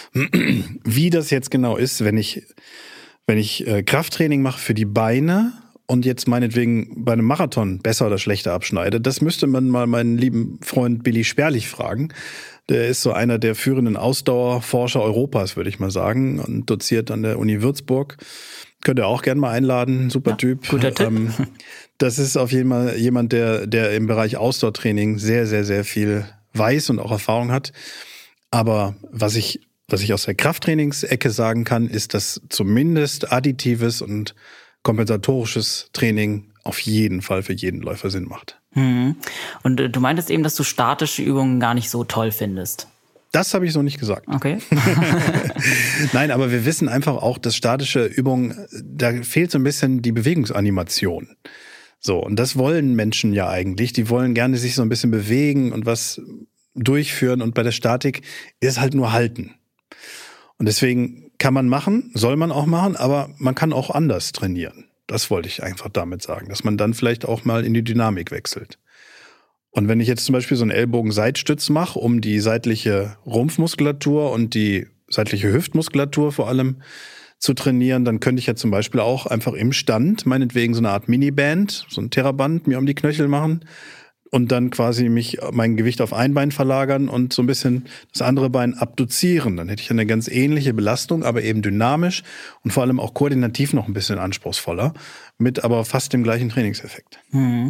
Wie das jetzt genau ist, wenn ich Krafttraining mache für die Beine und jetzt meinetwegen bei einem Marathon besser oder schlechter abschneide, das müsste man mal meinen lieben Freund Billy Sperlich fragen. Der ist so einer der führenden Ausdauerforscher Europas, würde ich mal sagen, und doziert an der Uni Würzburg. Könnt ihr auch gerne mal einladen, super Typ. Guter Tipp. Das ist auf jeden Fall jemand, der im Bereich Ausdauertraining sehr, sehr, sehr viel weiß und auch Erfahrung hat. Aber was ich aus der Krafttrainingsecke sagen kann, ist, dass zumindest additives und kompensatorisches Training auf jeden Fall für jeden Läufer Sinn macht. Und du meintest eben, dass du statische Übungen gar nicht so toll findest. Das habe ich so nicht gesagt. Okay. Nein, aber wir wissen einfach auch, dass statische Übungen, da fehlt so ein bisschen die Bewegungsanimation. So, und das wollen Menschen ja eigentlich. Die wollen gerne sich so ein bisschen bewegen und was durchführen. Und bei der Statik ist es halt nur halten. Und deswegen kann man machen, soll man auch machen, aber man kann auch anders trainieren. Das wollte ich einfach damit sagen, dass man dann vielleicht auch mal in die Dynamik wechselt. Und wenn ich jetzt zum Beispiel so einen Ellbogen-Seitstütz mache, um die seitliche Rumpfmuskulatur und die seitliche Hüftmuskulatur vor allem zu trainieren, dann könnte ich ja zum Beispiel auch einfach im Stand, meinetwegen so eine Art Miniband, so ein Theraband mir um die Knöchel machen und dann quasi mein Gewicht auf ein Bein verlagern und so ein bisschen das andere Bein abduzieren. Dann hätte ich eine ganz ähnliche Belastung, aber eben dynamisch und vor allem auch koordinativ noch ein bisschen anspruchsvoller, mit aber fast dem gleichen Trainingseffekt.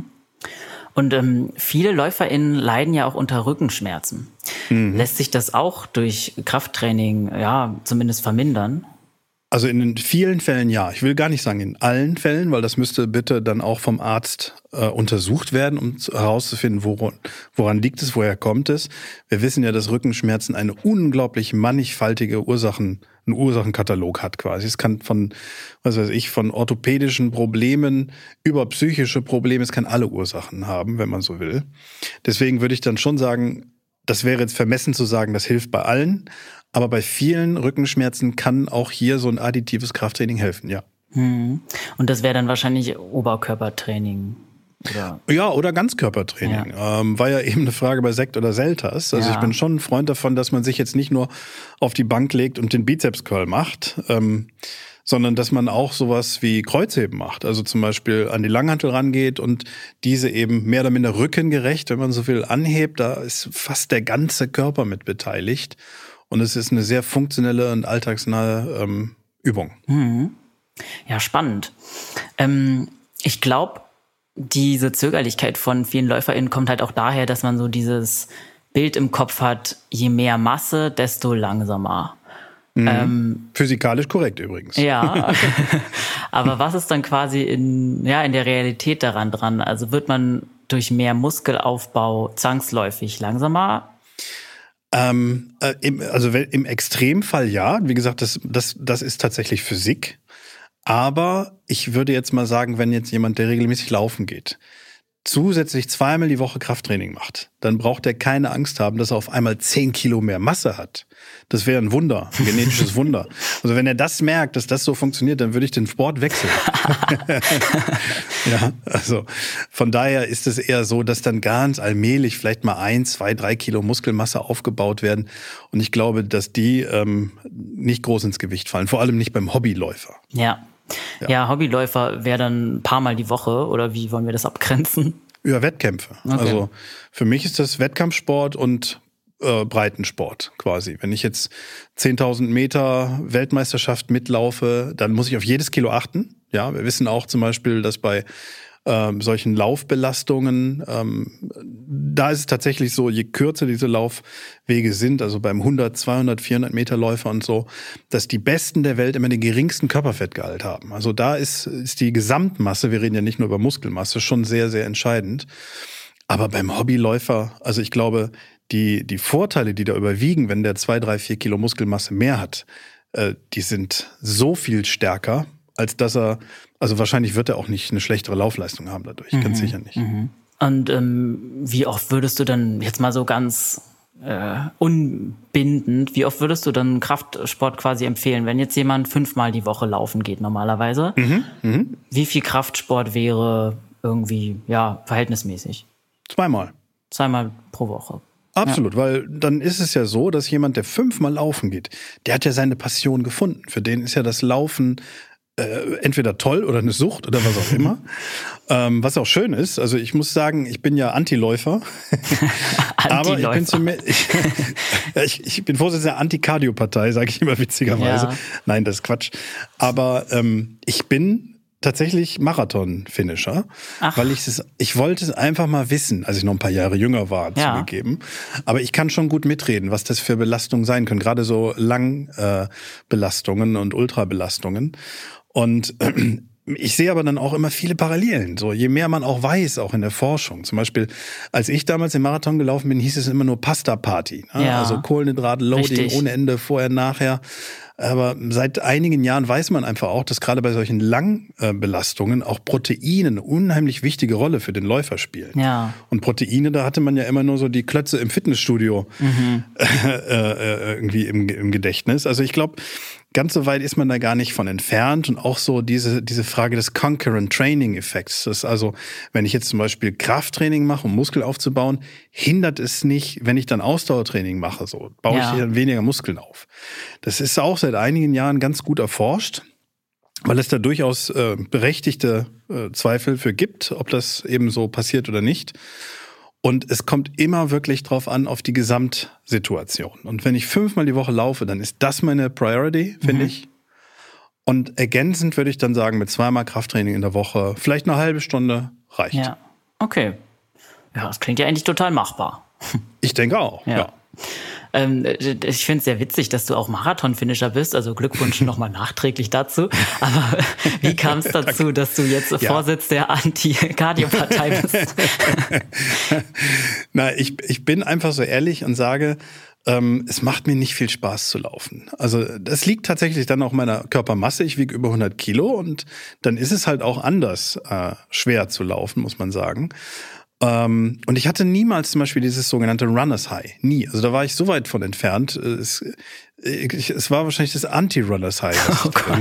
Und viele LäuferInnen leiden ja auch unter Rückenschmerzen. Lässt sich das auch durch Krafttraining, zumindest vermindern? Also in vielen Fällen ja. Ich will gar nicht sagen in allen Fällen, weil das müsste bitte dann auch vom Arzt untersucht werden, um herauszufinden, woran liegt es, woher kommt es. Wir wissen ja, dass Rückenschmerzen eine unglaublich mannigfaltige einen Ursachenkatalog hat quasi. Es kann von orthopädischen Problemen über psychische Probleme, es kann alle Ursachen haben, wenn man so will. Deswegen würde ich dann schon sagen, das wäre jetzt vermessen zu sagen, das hilft bei allen. Aber bei vielen Rückenschmerzen kann auch hier so ein additives Krafttraining helfen, ja. Und das wäre dann wahrscheinlich Oberkörpertraining, oder? Ja, oder Ganzkörpertraining. Ja. War ja eben eine Frage bei Sekt oder Selters. Also ich bin schon ein Freund davon, dass man sich jetzt nicht nur auf die Bank legt und den Bizeps-Curl macht, sondern dass man auch sowas wie Kreuzheben macht. Also zum Beispiel an die Langhantel rangeht und diese eben mehr oder minder rückengerecht, wenn man so will, anhebt. Da ist fast der ganze Körper mit beteiligt. Und es ist eine sehr funktionelle und alltagsnahe Übung. Ja, spannend. Ich glaube, diese Zögerlichkeit von vielen LäuferInnen kommt halt auch daher, dass man so dieses Bild im Kopf hat, je mehr Masse, desto langsamer. Physikalisch korrekt übrigens. Ja, aber was ist dann quasi in der Realität daran dran? Also wird man durch mehr Muskelaufbau zwangsläufig langsamer? Im Extremfall ja. Wie gesagt, das ist tatsächlich Physik. Aber ich würde jetzt mal sagen, wenn jetzt jemand, der regelmäßig laufen geht, zusätzlich 2-mal die Woche Krafttraining macht, dann braucht er keine Angst haben, dass er auf einmal 10 Kilo mehr Masse hat. Das wäre ein Wunder, ein genetisches Wunder. Also wenn er das merkt, dass das so funktioniert, dann würde ich den Sport wechseln. Ja, also von daher ist es eher so, dass dann ganz allmählich vielleicht mal 1, 2, 3 Kilo Muskelmasse aufgebaut werden. Und ich glaube, dass die nicht groß ins Gewicht fallen, vor allem nicht beim Hobbyläufer. Ja, Hobbyläufer wäre dann ein paar Mal die Woche, oder wie wollen wir das abgrenzen? Ja, Wettkämpfe. Okay. Also für mich ist das Wettkampfsport und Breitensport quasi. Wenn ich jetzt 10.000 Meter Weltmeisterschaft mitlaufe, dann muss ich auf jedes Kilo achten. Ja, wir wissen auch zum Beispiel, dass bei solchen Laufbelastungen, da ist es tatsächlich so, je kürzer diese Laufwege sind, also beim 100, 200, 400 Meter Läufer und so, dass die Besten der Welt immer den geringsten Körperfettgehalt haben. Also da ist die Gesamtmasse, wir reden ja nicht nur über Muskelmasse, schon sehr, sehr entscheidend. Aber beim Hobbyläufer, also ich glaube, die Vorteile, die da überwiegen, wenn der 2, 3, 4 Kilo Muskelmasse mehr hat, die sind so viel stärker, als dass er, also wahrscheinlich wird er auch nicht eine schlechtere Laufleistung haben dadurch, ganz sicher nicht. Und wie oft würdest du dann jetzt mal so ganz unbindend, wie oft würdest du dann Kraftsport quasi empfehlen, wenn jetzt jemand 5-mal die Woche laufen geht normalerweise? Wie viel Kraftsport wäre irgendwie, verhältnismäßig? 2-mal. 2-mal pro Woche. Absolut, weil dann ist es ja so, dass jemand, der 5-mal laufen geht, der hat ja seine Passion gefunden. Für den ist ja das Laufen entweder toll oder eine Sucht oder was auch immer. Was auch schön ist, also ich muss sagen, ich bin ja Antiläufer. Aber ich bin Vorsitzender der Anti-Cardio-Partei, sage ich immer witzigerweise. Ja. Nein, das ist Quatsch. Aber ich bin tatsächlich Marathon-Finisher, weil ich wollte es einfach mal wissen, als ich noch ein paar Jahre jünger war, zugegeben. Aber ich kann schon gut mitreden, was das für Belastungen sein können, gerade so Langbelastungen und Ultrabelastungen. Und ich sehe aber dann auch immer viele Parallelen. So, je mehr man auch weiß, auch in der Forschung. Zum Beispiel, als ich damals den Marathon gelaufen bin, hieß es immer nur Pasta-Party. Ne? Ja. Also Kohlenhydrat-Loading ohne Ende, vorher, nachher. Aber seit einigen Jahren weiß man einfach auch, dass gerade bei solchen Langbelastungen auch Proteine eine unheimlich wichtige Rolle für den Läufer spielen. Ja. Und Proteine, da hatte man ja immer nur so die Klötze im Fitnessstudio irgendwie im Gedächtnis. Also ich glaube, ganz so weit ist man da gar nicht von entfernt. Und auch so diese Frage des Concurrent Training Effekts. Das ist also, wenn ich jetzt zum Beispiel Krafttraining mache, um Muskel aufzubauen, hindert es nicht, wenn ich dann Ausdauertraining mache, so baue ich dann weniger Muskeln auf. Das ist auch seit einigen Jahren ganz gut erforscht, weil es da durchaus berechtigte Zweifel für gibt, ob das eben so passiert oder nicht. Und es kommt immer wirklich drauf an, auf die Gesamtsituation. Und wenn ich 5-mal die Woche laufe, dann ist das meine Priority, finde ich. Und ergänzend würde ich dann sagen, mit 2-mal Krafttraining in der Woche, vielleicht eine halbe Stunde reicht. Ja, okay. Ja, das klingt ja eigentlich total machbar. Ich denke auch, ja. Ich finde es sehr witzig, dass du auch Marathon-Finisher bist, also Glückwunsch nochmal nachträglich dazu. Aber wie kam es dazu, dass du jetzt Vorsitz der Anti-Cardio-Partei bist? Na, ich bin einfach so ehrlich und sage, es macht mir nicht viel Spaß zu laufen. Also das liegt tatsächlich dann auch meiner Körpermasse. Ich wiege über 100 Kilo und dann ist es halt auch anders schwer zu laufen, muss man sagen. Und ich hatte niemals zum Beispiel dieses sogenannte Runners High. Nie. Also da war ich so weit von entfernt. Es war wahrscheinlich das Anti-Runners High. Oh Gott.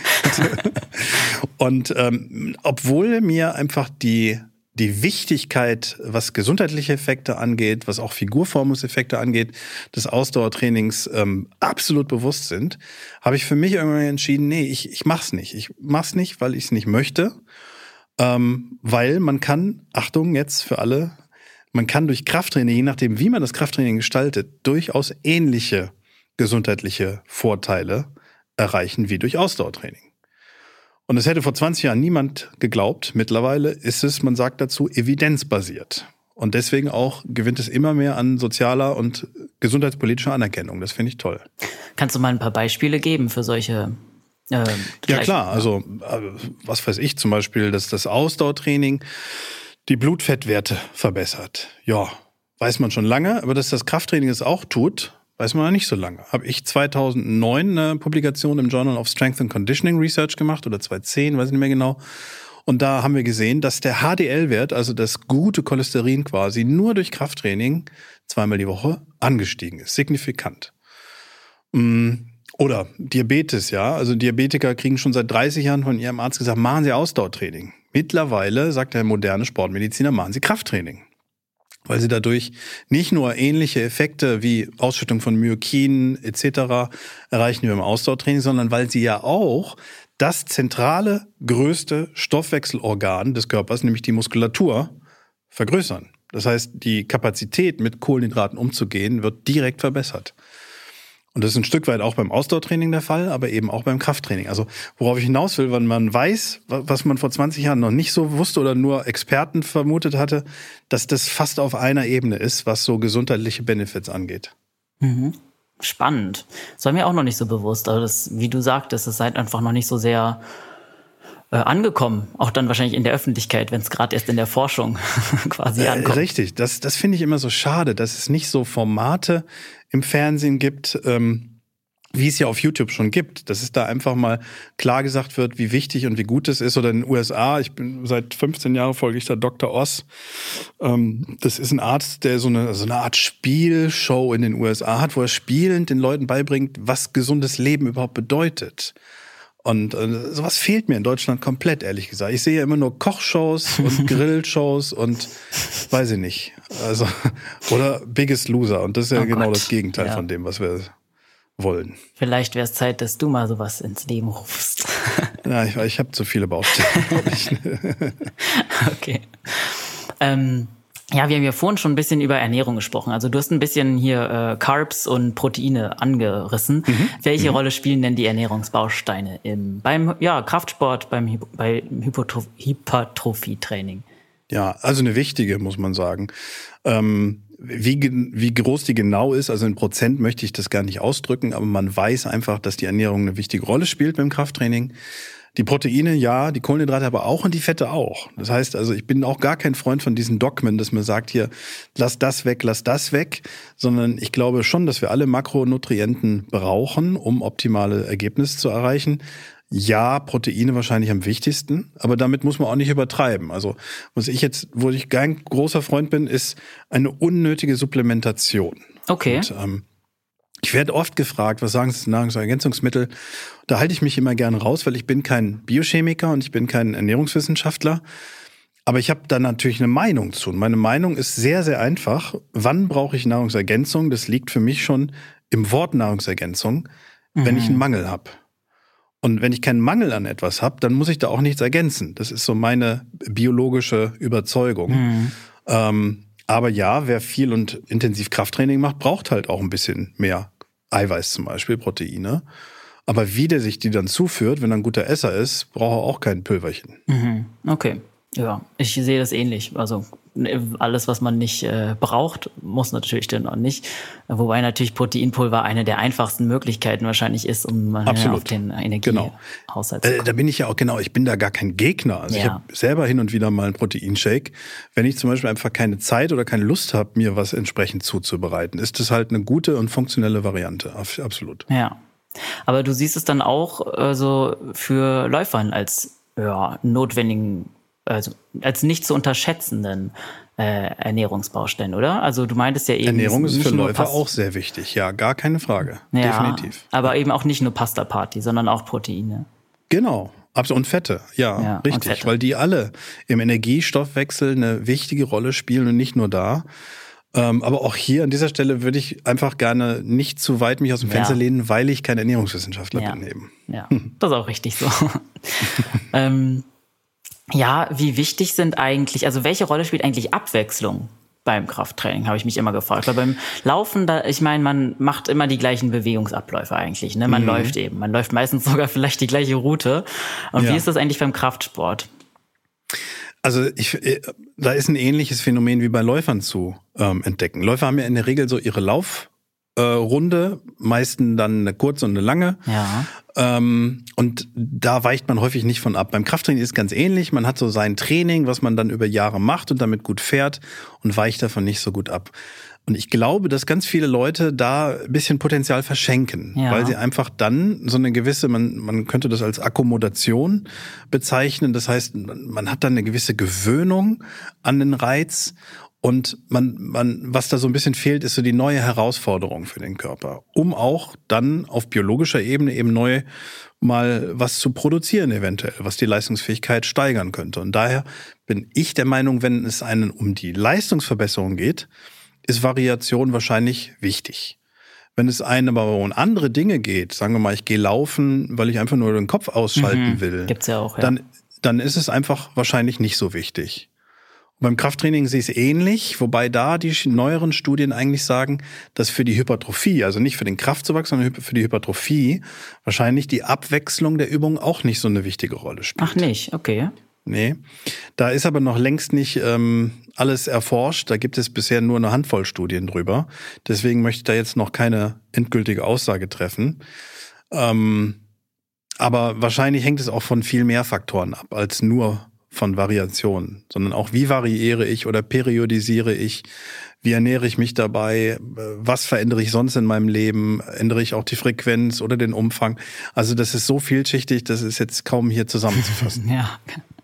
Und obwohl mir einfach die Wichtigkeit, was gesundheitliche Effekte angeht, was auch Figurformungseffekte angeht, des Ausdauertrainings absolut bewusst sind, habe ich für mich irgendwann entschieden, nee, ich mach's nicht. Ich mach's nicht, weil ich es nicht möchte. Weil man kann, Achtung jetzt für alle, man kann durch Krafttraining, je nachdem wie man das Krafttraining gestaltet, durchaus ähnliche gesundheitliche Vorteile erreichen wie durch Ausdauertraining. Und das hätte vor 20 Jahren niemand geglaubt. Mittlerweile ist es, man sagt dazu, evidenzbasiert. Und deswegen auch gewinnt es immer mehr an sozialer und gesundheitspolitischer Anerkennung. Das finde ich toll. Kannst du mal ein paar Beispiele geben für solche ja klar, also was weiß ich zum Beispiel, dass das Ausdauertraining die Blutfettwerte verbessert. Ja, weiß man schon lange, aber dass das Krafttraining es auch tut, weiß man noch nicht so lange. Habe ich 2009 eine Publikation im Journal of Strength and Conditioning Research gemacht oder 2010, weiß ich nicht mehr genau. Und da haben wir gesehen, dass der HDL-Wert, also das gute Cholesterin quasi, nur durch Krafttraining 2-mal die Woche angestiegen ist. Signifikant. Oder Diabetes, ja. Also Diabetiker kriegen schon seit 30 Jahren von ihrem Arzt gesagt, machen Sie Ausdauertraining. Mittlerweile, sagt der moderne Sportmediziner, machen Sie Krafttraining. Weil sie dadurch nicht nur ähnliche Effekte wie Ausschüttung von Myokinen etc. erreichen wie beim Ausdauertraining, sondern weil sie ja auch das zentrale, größte Stoffwechselorgan des Körpers, nämlich die Muskulatur, vergrößern. Das heißt, die Kapazität, mit Kohlenhydraten umzugehen, wird direkt verbessert. Und das ist ein Stück weit auch beim Ausdauertraining der Fall, aber eben auch beim Krafttraining. Also worauf ich hinaus will, wenn man weiß, was man vor 20 Jahren noch nicht so wusste oder nur Experten vermutet hatte, dass das fast auf einer Ebene ist, was so gesundheitliche Benefits angeht. Mhm. Spannend. Das war mir auch noch nicht so bewusst. Aber das, wie du sagtest, es seid einfach noch nicht so sehr angekommen. Auch dann wahrscheinlich in der Öffentlichkeit, wenn es gerade erst in der Forschung quasi ankommt. Richtig, das finde ich immer so schade, dass es nicht so Formate im Fernsehen gibt, wie es ja auf YouTube schon gibt, dass es da einfach mal klar gesagt wird, wie wichtig und wie gut es ist. Oder in den USA, ich bin seit 15 Jahren folge ich da Dr. Oz. Das ist ein Arzt, der so eine Art Spielshow in den USA hat, wo er spielend den Leuten beibringt, was gesundes Leben überhaupt bedeutet. Und sowas fehlt mir in Deutschland komplett, ehrlich gesagt. Ich sehe ja immer nur Kochshows und Grillshows und weiß ich nicht. Also, oder Biggest Loser. Und das ist ja genau das Gegenteil von dem, was wir wollen. Vielleicht wäre es Zeit, dass du mal sowas ins Leben rufst. Ja, ich habe zu viele Baustellen, glaube ich. Okay. Ja, wir haben ja vorhin schon ein bisschen über Ernährung gesprochen. Also du hast ein bisschen hier Carbs und Proteine angerissen. Welche Rolle spielen denn die Ernährungsbausteine beim Kraftsport, beim Hypertrophietraining? Ja, also eine wichtige, muss man sagen. Wie groß die genau ist, also in Prozent möchte ich das gar nicht ausdrücken, aber man weiß einfach, dass die Ernährung eine wichtige Rolle spielt beim Krafttraining. Die Proteine, ja, die Kohlenhydrate aber auch und die Fette auch. Das heißt also, ich bin auch gar kein Freund von diesen Dogmen, dass man sagt hier, lass das weg, sondern ich glaube schon, dass wir alle Makronutrienten brauchen, um optimale Ergebnisse zu erreichen. Ja, Proteine wahrscheinlich am wichtigsten, aber damit muss man auch nicht übertreiben. Also, wo ich kein großer Freund bin, ist eine unnötige Supplementation. Okay. Und, ich werde oft gefragt, was sagen Sie zu Nahrungsergänzungsmittel? Da halte ich mich immer gerne raus, weil ich bin kein Biochemiker und ich bin kein Ernährungswissenschaftler. Aber ich habe da natürlich eine Meinung zu. Und meine Meinung ist sehr, sehr einfach. Wann brauche ich Nahrungsergänzung? Das liegt für mich schon im Wort Nahrungsergänzung, wenn ich einen Mangel habe. Und wenn ich keinen Mangel an etwas habe, dann muss ich da auch nichts ergänzen. Das ist so meine biologische Überzeugung. Aber ja, wer viel und intensiv Krafttraining macht, braucht halt auch ein bisschen mehr Eiweiß zum Beispiel, Proteine. Aber wie der sich die dann zuführt, wenn er ein guter Esser ist, braucht er auch kein Pülverchen. Okay, ja, ich sehe das ähnlich. Also alles, was man nicht braucht, muss natürlich dann auch nicht. Wobei natürlich Proteinpulver eine der einfachsten Möglichkeiten wahrscheinlich ist, um auf den Energiehaushalt zu kommen. Da bin ich ja auch, ich bin da gar kein Gegner. Also ich habe selber hin und wieder mal einen Proteinshake. Wenn ich zum Beispiel einfach keine Zeit oder keine Lust habe, mir was entsprechend zuzubereiten, ist das halt eine gute und funktionelle Variante. Absolut. Ja, aber du siehst es dann auch so für Läufern als notwendigen, also als nicht zu unterschätzenden Ernährungsbaustein, oder? Also du meintest ja eben... Ernährung ist für Läufer auch sehr wichtig, ja, gar keine Frage, definitiv. Aber eben auch nicht nur Pasta-Party, sondern auch Proteine. Genau, und Fette, ja richtig, Fette. Weil die alle im Energiestoffwechsel eine wichtige Rolle spielen und nicht nur da. Aber auch hier an dieser Stelle würde ich einfach gerne nicht zu weit mich aus dem Fenster lehnen, weil ich kein Ernährungswissenschaftler bin eben. Ja, das ist auch richtig so. Wie wichtig sind eigentlich, also welche Rolle spielt eigentlich Abwechslung beim Krafttraining, habe ich mich immer gefragt. Weil beim Laufen, man macht immer die gleichen Bewegungsabläufe eigentlich. Ne? Man läuft meistens sogar vielleicht die gleiche Route. Und wie ist das eigentlich beim Kraftsport? Also da ist ein ähnliches Phänomen wie bei Läufern zu entdecken. Läufer haben ja in der Regel so ihre Laufrunde, meistens dann eine kurze und eine lange. Ja. Und da weicht man häufig nicht von ab. Beim Krafttraining ist es ganz ähnlich. Man hat so sein Training, was man dann über Jahre macht und damit gut fährt und weicht davon nicht so gut ab. Und ich glaube, dass ganz viele Leute da ein bisschen Potenzial verschenken, weil sie einfach dann so eine gewisse, man könnte das als Akkommodation bezeichnen. Das heißt, man hat dann eine gewisse Gewöhnung an den Reiz. Und was da so ein bisschen fehlt, ist so die neue Herausforderung für den Körper, um auch dann auf biologischer Ebene eben neu mal was zu produzieren eventuell, was die Leistungsfähigkeit steigern könnte. Und daher bin ich der Meinung, wenn es einen um die Leistungsverbesserung geht, ist Variation wahrscheinlich wichtig. Wenn es einen aber um andere Dinge geht, sagen wir mal, ich gehe laufen, weil ich einfach nur den Kopf ausschalten will, gibt's ja auch, ja. Dann ist es einfach wahrscheinlich nicht so wichtig. Beim Krafttraining sehe ich es ähnlich, wobei da die neueren Studien eigentlich sagen, dass für die Hypertrophie, also nicht für den Kraftzuwachs, sondern für die Hypertrophie, wahrscheinlich die Abwechslung der Übung auch nicht so eine wichtige Rolle spielt. Ach nicht, okay. Nee, da ist aber noch längst nicht alles erforscht. Da gibt es bisher nur eine Handvoll Studien drüber. Deswegen möchte ich da jetzt noch keine endgültige Aussage treffen. Aber wahrscheinlich hängt es auch von viel mehr Faktoren ab, als nur von Variationen, sondern auch, wie variiere ich oder periodisiere ich, wie ernähre ich mich dabei, was verändere ich sonst in meinem Leben, ändere ich auch die Frequenz oder den Umfang. Also das ist so vielschichtig, das ist jetzt kaum hier zusammenzufassen. Ja.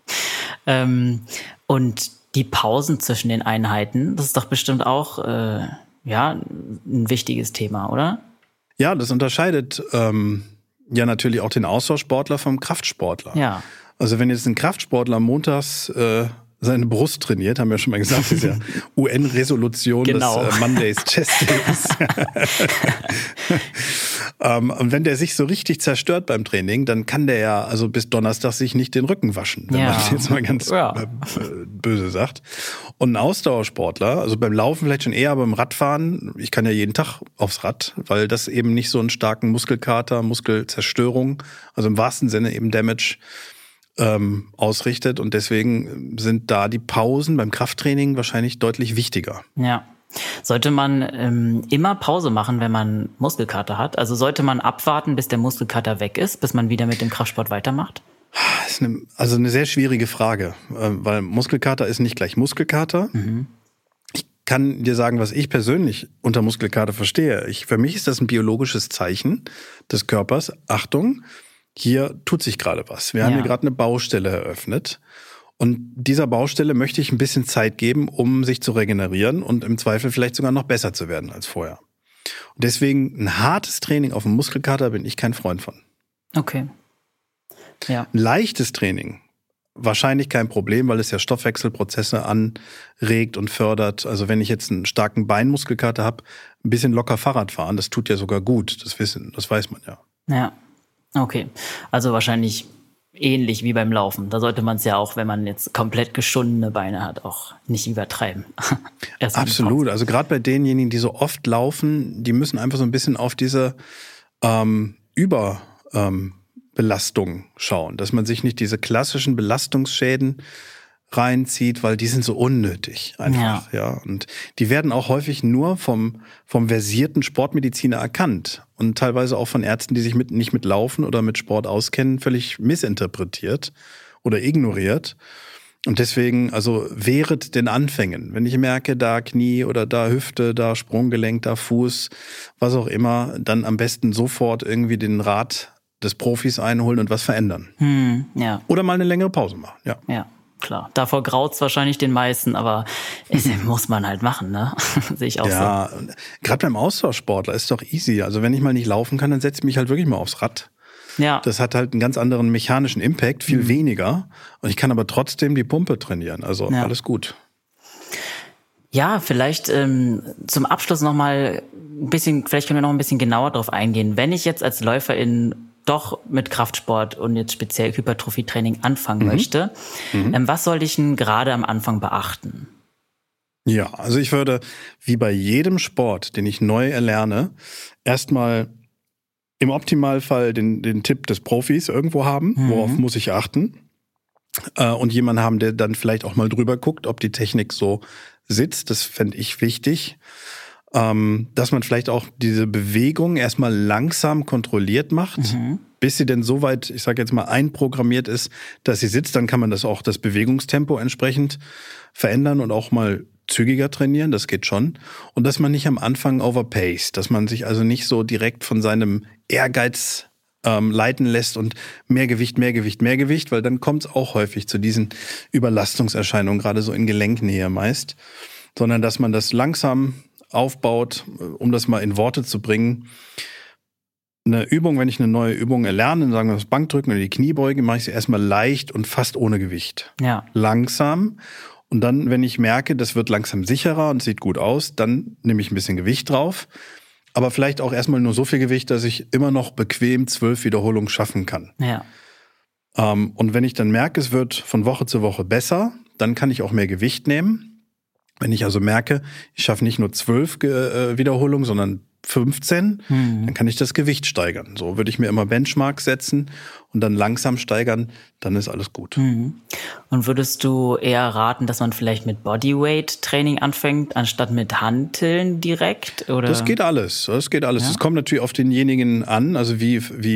Und die Pausen zwischen den Einheiten, das ist doch bestimmt auch ein wichtiges Thema, oder? Ja, das unterscheidet ja natürlich auch den Ausdauersportler vom Kraftsportler. Ja. Also wenn jetzt ein Kraftsportler montags seine Brust trainiert, haben wir schon mal gesagt, das ist ja UN-Resolution genau. des Mondays Chest Days. Und wenn der sich so richtig zerstört beim Training, dann kann der ja also bis Donnerstag sich nicht den Rücken waschen, wenn man das jetzt mal ganz böse sagt. Und ein Ausdauersportler, also beim Laufen vielleicht schon eher, aber beim Radfahren, ich kann ja jeden Tag aufs Rad, weil das eben nicht so einen starken Muskelkater, Muskelzerstörung, also im wahrsten Sinne eben Damage ausrichtet. Und deswegen sind da die Pausen beim Krafttraining wahrscheinlich deutlich wichtiger. Ja. Sollte man immer Pause machen, wenn man Muskelkater hat? Also sollte man abwarten, bis der Muskelkater weg ist, bis man wieder mit dem Kraftsport weitermacht? Das ist eine sehr schwierige Frage, weil Muskelkater ist nicht gleich Muskelkater. Mhm. Ich kann dir sagen, was ich persönlich unter Muskelkater verstehe. Für mich ist das ein biologisches Zeichen des Körpers. Achtung, hier tut sich gerade was. Wir haben hier gerade eine Baustelle eröffnet. Und dieser Baustelle möchte ich ein bisschen Zeit geben, um sich zu regenerieren und im Zweifel vielleicht sogar noch besser zu werden als vorher. Und deswegen ein hartes Training auf dem Muskelkater bin ich kein Freund von. Okay. Ja. Ein leichtes Training, wahrscheinlich kein Problem, weil es ja Stoffwechselprozesse anregt und fördert. Also wenn ich jetzt einen starken Beinmuskelkater habe, ein bisschen locker Fahrrad fahren, das tut ja sogar gut. Das weiß man ja. Ja, okay. Also wahrscheinlich ähnlich wie beim Laufen. Da sollte man es ja auch, wenn man jetzt komplett geschundene Beine hat, auch nicht übertreiben. Absolut. Also gerade bei denjenigen, die so oft laufen, die müssen einfach so ein bisschen auf diese Belastung schauen, dass man sich nicht diese klassischen Belastungsschäden reinzieht, weil die sind so unnötig einfach. Ja. Und die werden auch häufig nur vom versierten Sportmediziner erkannt und teilweise auch von Ärzten, die sich nicht mit Laufen oder mit Sport auskennen, völlig missinterpretiert oder ignoriert. Und deswegen, also wehret den Anfängen. Wenn ich merke, da Knie oder da Hüfte, da Sprunggelenk, da Fuß, was auch immer, dann am besten sofort irgendwie den Rat des Profis einholen und was verändern. Ja. Oder mal eine längere Pause machen. Ja. Klar, davor graut's wahrscheinlich den meisten, aber es muss man halt machen, ne? Sehe ich auch so. Ja, gerade beim Ausdauersportler ist doch easy. Also wenn ich mal nicht laufen kann, dann setze ich mich halt wirklich mal aufs Rad. Ja. Das hat halt einen ganz anderen mechanischen Impact, viel weniger. Und ich kann aber trotzdem die Pumpe trainieren. Also alles gut. Ja, vielleicht zum Abschluss nochmal ein bisschen, vielleicht können wir noch ein bisschen genauer drauf eingehen. Wenn ich jetzt als Läuferin doch mit Kraftsport und jetzt speziell Hypertrophietraining anfangen möchte, was sollte ich denn gerade am Anfang beachten? Ja, also ich würde, wie bei jedem Sport, den ich neu erlerne, erstmal im Optimalfall den Tipp des Profis irgendwo haben, worauf muss ich achten, und jemanden haben, der dann vielleicht auch mal drüber guckt, ob die Technik so sitzt. Das fände ich wichtig. Dass man vielleicht auch diese Bewegung erstmal langsam kontrolliert macht, bis sie denn soweit, ich sage jetzt mal, einprogrammiert ist, dass sie sitzt. Dann kann man das Bewegungstempo entsprechend verändern und auch mal zügiger trainieren, das geht schon. Und dass man nicht am Anfang overpaced, dass man sich also nicht so direkt von seinem Ehrgeiz leiten lässt und mehr Gewicht, weil dann kommt es auch häufig zu diesen Überlastungserscheinungen, gerade so in Gelenknähe meist, sondern dass man das langsam aufbaut, um das mal in Worte zu bringen. Eine Übung, wenn ich eine neue Übung erlerne, sagen wir das Bankdrücken oder die Kniebeuge, mache ich sie erstmal leicht und fast ohne Gewicht. Ja. Langsam. Und dann, wenn ich merke, das wird langsam sicherer und sieht gut aus, dann nehme ich ein bisschen Gewicht drauf. Aber vielleicht auch erstmal nur so viel Gewicht, dass ich immer noch bequem 12 Wiederholungen schaffen kann. Ja. Und wenn ich dann merke, es wird von Woche zu Woche besser, dann kann ich auch mehr Gewicht nehmen. Wenn ich also merke, ich schaffe nicht nur 12 Wiederholungen, sondern 15, dann kann ich das Gewicht steigern. So würde ich mir immer Benchmarks setzen und dann langsam steigern, dann ist alles gut. Und würdest du eher raten, dass man vielleicht mit Bodyweight-Training anfängt, anstatt mit Hanteln direkt? Oder? Das geht alles. Ja? Es kommt natürlich auf denjenigen an, also wie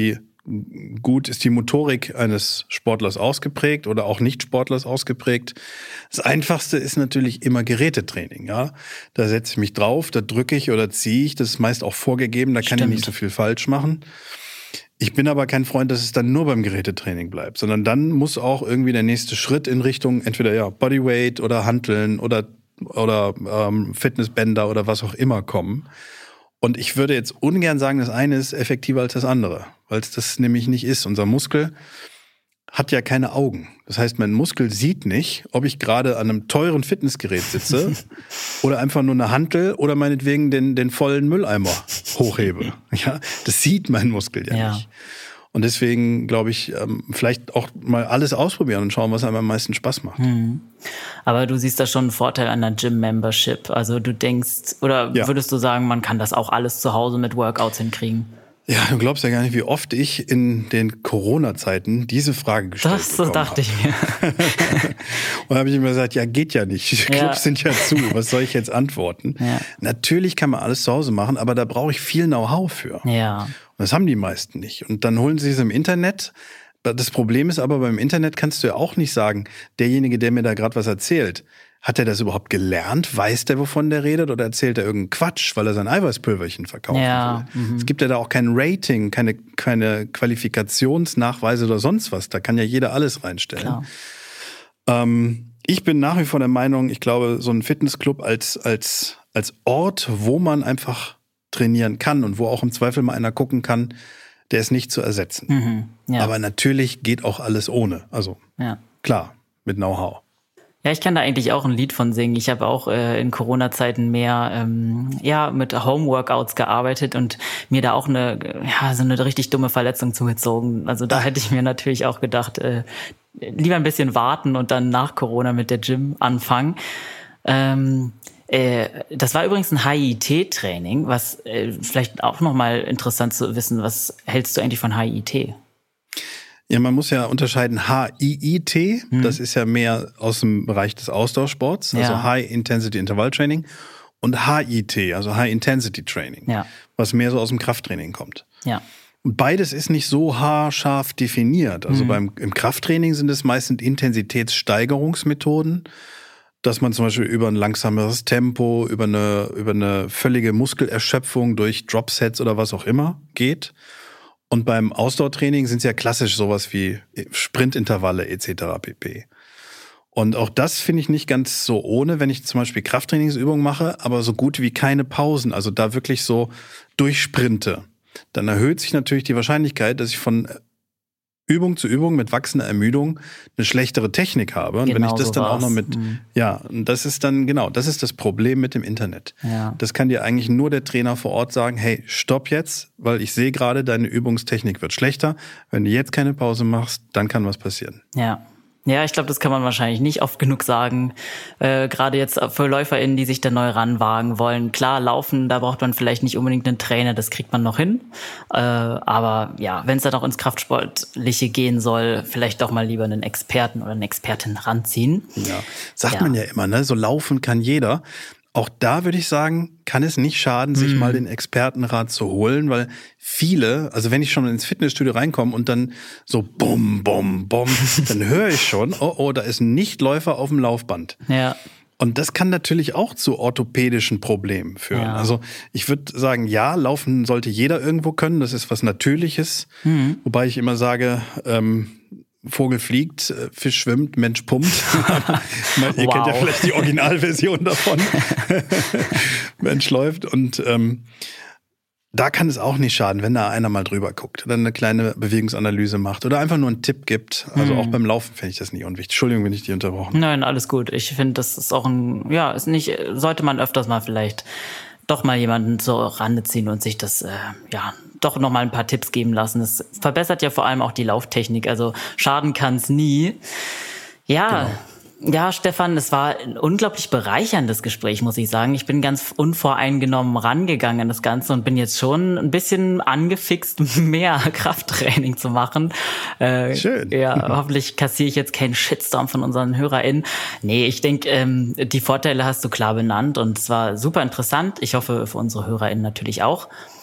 gut ist die Motorik eines Sportlers ausgeprägt oder auch Nicht-Sportlers ausgeprägt. Das Einfachste ist natürlich immer Gerätetraining. Ja, da setze ich mich drauf, da drücke ich oder ziehe ich. Das ist meist auch vorgegeben, da kann ich nicht so viel falsch machen. Ich bin aber kein Freund, dass es dann nur beim Gerätetraining bleibt, sondern dann muss auch irgendwie der nächste Schritt in Richtung entweder Bodyweight oder Hanteln oder Fitnessbänder oder was auch immer kommen. Und ich würde jetzt ungern sagen, das eine ist effektiver als das andere, weil es das nämlich nicht ist. Unser Muskel hat ja keine Augen. Das heißt, mein Muskel sieht nicht, ob ich gerade an einem teuren Fitnessgerät sitze oder einfach nur eine Hantel oder meinetwegen den vollen Mülleimer hochhebe. Ja, das sieht mein Muskel ja nicht. Und deswegen glaube ich, vielleicht auch mal alles ausprobieren und schauen, was einem am meisten Spaß macht. Aber du siehst da schon einen Vorteil an der Gym-Membership. Also du denkst, oder würdest du sagen, man kann das auch alles zu Hause mit Workouts hinkriegen? Ja, du glaubst ja gar nicht, wie oft ich in den Corona-Zeiten diese Frage gestellt bekommen habe. Das dachte ich mir. Und da habe ich immer gesagt, ja, geht ja nicht. Die Clubs sind ja zu. Was soll ich jetzt antworten? Ja. Natürlich kann man alles zu Hause machen, aber da brauche ich viel Know-how für. Ja. Und das haben die meisten nicht. Und dann holen sie es im Internet. Das Problem ist aber, beim Internet kannst du ja auch nicht sagen, derjenige, der mir da gerade was erzählt, hat er das überhaupt gelernt? Weiß der, wovon der redet? Oder erzählt er irgendeinen Quatsch, weil er sein Eiweißpulverchen verkaufen will? Es gibt ja da auch kein Rating, keine Qualifikationsnachweise oder sonst was. Da kann ja jeder alles reinstellen. Ich bin nach wie vor der Meinung, ich glaube, so ein Fitnessclub als Ort, wo man einfach trainieren kann und wo auch im Zweifel mal einer gucken kann, der ist nicht zu ersetzen. Aber natürlich geht auch alles ohne. Also klar, mit Know-how. Ja, ich kann da eigentlich auch ein Lied von singen. Ich habe auch in Corona-Zeiten mehr mit Home-Workouts gearbeitet und mir da auch so eine richtig dumme Verletzung zugezogen. Also da hätte ich mir natürlich auch gedacht, lieber ein bisschen warten und dann nach Corona mit der Gym anfangen. Das war übrigens ein HIIT-Training, was vielleicht auch nochmal interessant zu wissen. Was hältst du eigentlich von HIIT? Ja, man muss ja unterscheiden HIIT, das ist ja mehr aus dem Bereich des Ausdauersports, also High Intensity Interval Training, und HIIT, also High Intensity Training, was mehr so aus dem Krafttraining kommt. Ja. Und beides ist nicht so haarscharf definiert. Also im Krafttraining sind es meistens Intensitätssteigerungsmethoden, dass man zum Beispiel über ein langsameres Tempo, über eine völlige Muskelerschöpfung durch Dropsets oder was auch immer geht. Und beim Ausdauertraining sind es ja klassisch sowas wie Sprintintervalle etc. pp. Und auch das finde ich nicht ganz so ohne, wenn ich zum Beispiel Krafttrainingsübungen mache, aber so gut wie keine Pausen, also da wirklich so durchsprinte. Dann erhöht sich natürlich die Wahrscheinlichkeit, dass ich von Übung zu Übung mit wachsender Ermüdung eine schlechtere Technik habe. Und wenn ich das dann auch noch und das ist dann, das ist das Problem mit dem Internet. Ja. Das kann dir eigentlich nur der Trainer vor Ort sagen, hey, stopp jetzt, weil ich sehe gerade, deine Übungstechnik wird schlechter. Wenn du jetzt keine Pause machst, dann kann was passieren. Ja, ich glaube, das kann man wahrscheinlich nicht oft genug sagen. Gerade jetzt für LäuferInnen, die sich da neu ranwagen wollen. Klar, laufen, da braucht man vielleicht nicht unbedingt einen Trainer, das kriegt man noch hin. Aber ja, wenn es dann auch ins Kraftsportliche gehen soll, vielleicht doch mal lieber einen Experten oder eine Expertin ranziehen. Ja, sagt man ja immer, ne? So laufen kann jeder. Auch da würde ich sagen, kann es nicht schaden, sich mal den Expertenrat zu holen, weil viele, also wenn ich schon ins Fitnessstudio reinkomme und dann so bum, bum, bum, dann höre ich schon, oh, da ist ein Nichtläufer auf dem Laufband. Ja. Und das kann natürlich auch zu orthopädischen Problemen führen. Ja. Also ich würde sagen, ja, laufen sollte jeder irgendwo können, das ist was Natürliches. Wobei ich immer sage, Vogel fliegt, Fisch schwimmt, Mensch pumpt. Ihr kennt ja vielleicht die Originalversion davon. Mensch läuft und da kann es auch nicht schaden, wenn da einer mal drüber guckt, dann eine kleine Bewegungsanalyse macht oder einfach nur einen Tipp gibt. Also auch beim Laufen finde ich das nicht unwichtig. Entschuldigung, wenn ich die unterbrochen. Nein, alles gut. Ich finde, das ist auch sollte man öfters mal vielleicht doch mal jemanden zur Rande ziehen und sich das, doch noch mal ein paar Tipps geben lassen. Das verbessert ja vor allem auch die Lauftechnik. Also schaden kann es nie. Ja, genau. Ja, Stefan, es war ein unglaublich bereicherndes Gespräch, muss ich sagen. Ich bin ganz unvoreingenommen rangegangen an das Ganze und bin jetzt schon ein bisschen angefixt, mehr Krafttraining zu machen. Schön. Ja, hoffentlich kassiere ich jetzt keinen Shitstorm von unseren HörerInnen. Nee, ich denke, die Vorteile hast du klar benannt und es war super interessant. Ich hoffe, für unsere HörerInnen natürlich auch.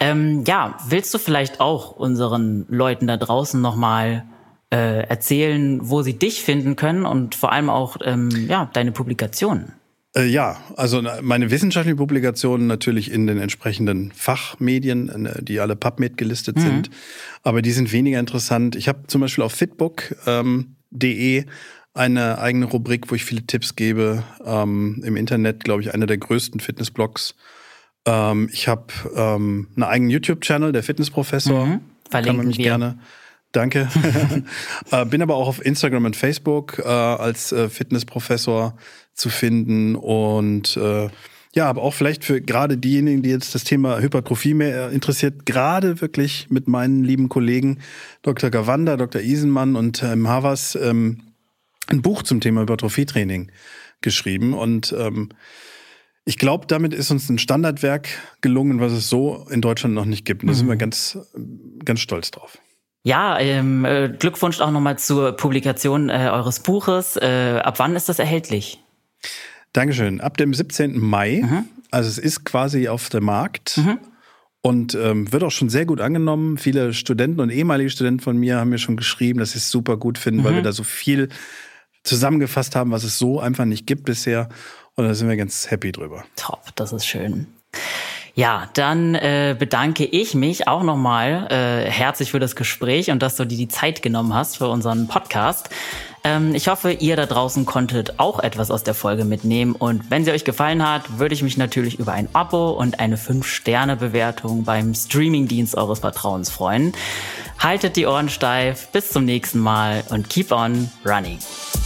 Willst du vielleicht auch unseren Leuten da draußen nochmal erzählen, wo sie dich finden können und vor allem auch deine Publikationen? Also meine wissenschaftlichen Publikationen natürlich in den entsprechenden Fachmedien, die alle PubMed gelistet sind, aber die sind weniger interessant. Ich habe zum Beispiel auf fitbook.de eine eigene Rubrik, wo ich viele Tipps gebe. Im Internet, glaube ich, einer der größten Fitnessblogs. Ich habe einen eigenen YouTube-Channel, der Fitnessprofessor. Kann man mich gerne. Danke. Bin aber auch auf Instagram und Facebook als Fitnessprofessor zu finden und aber auch vielleicht für gerade diejenigen, die jetzt das Thema Hypertrophie mehr interessiert, gerade wirklich mit meinen lieben Kollegen Dr. Gawanda, Dr. Isenmann und Havas ein Buch zum Thema Hypertrophietraining geschrieben und ich glaube, damit ist uns ein Standardwerk gelungen, was es so in Deutschland noch nicht gibt. Und da sind wir ganz, ganz stolz drauf. Ja, Glückwunsch auch nochmal zur Publikation eures Buches. Ab wann ist das erhältlich? Dankeschön. Ab dem 17. Mai. Also es ist quasi auf dem Markt und wird auch schon sehr gut angenommen. Viele Studenten und ehemalige Studenten von mir haben mir schon geschrieben, dass sie es super gut finden, weil wir da so viel zusammengefasst haben, was es so einfach nicht gibt bisher. Und da sind wir ganz happy drüber. Top, das ist schön. Ja, dann bedanke ich mich auch nochmal herzlich für das Gespräch und dass du dir die Zeit genommen hast für unseren Podcast. Ich hoffe, ihr da draußen konntet auch etwas aus der Folge mitnehmen. Und wenn sie euch gefallen hat, würde ich mich natürlich über ein Abo und eine 5-Sterne-Bewertung beim Streamingdienst eures Vertrauens freuen. Haltet die Ohren steif, bis zum nächsten Mal und keep on running.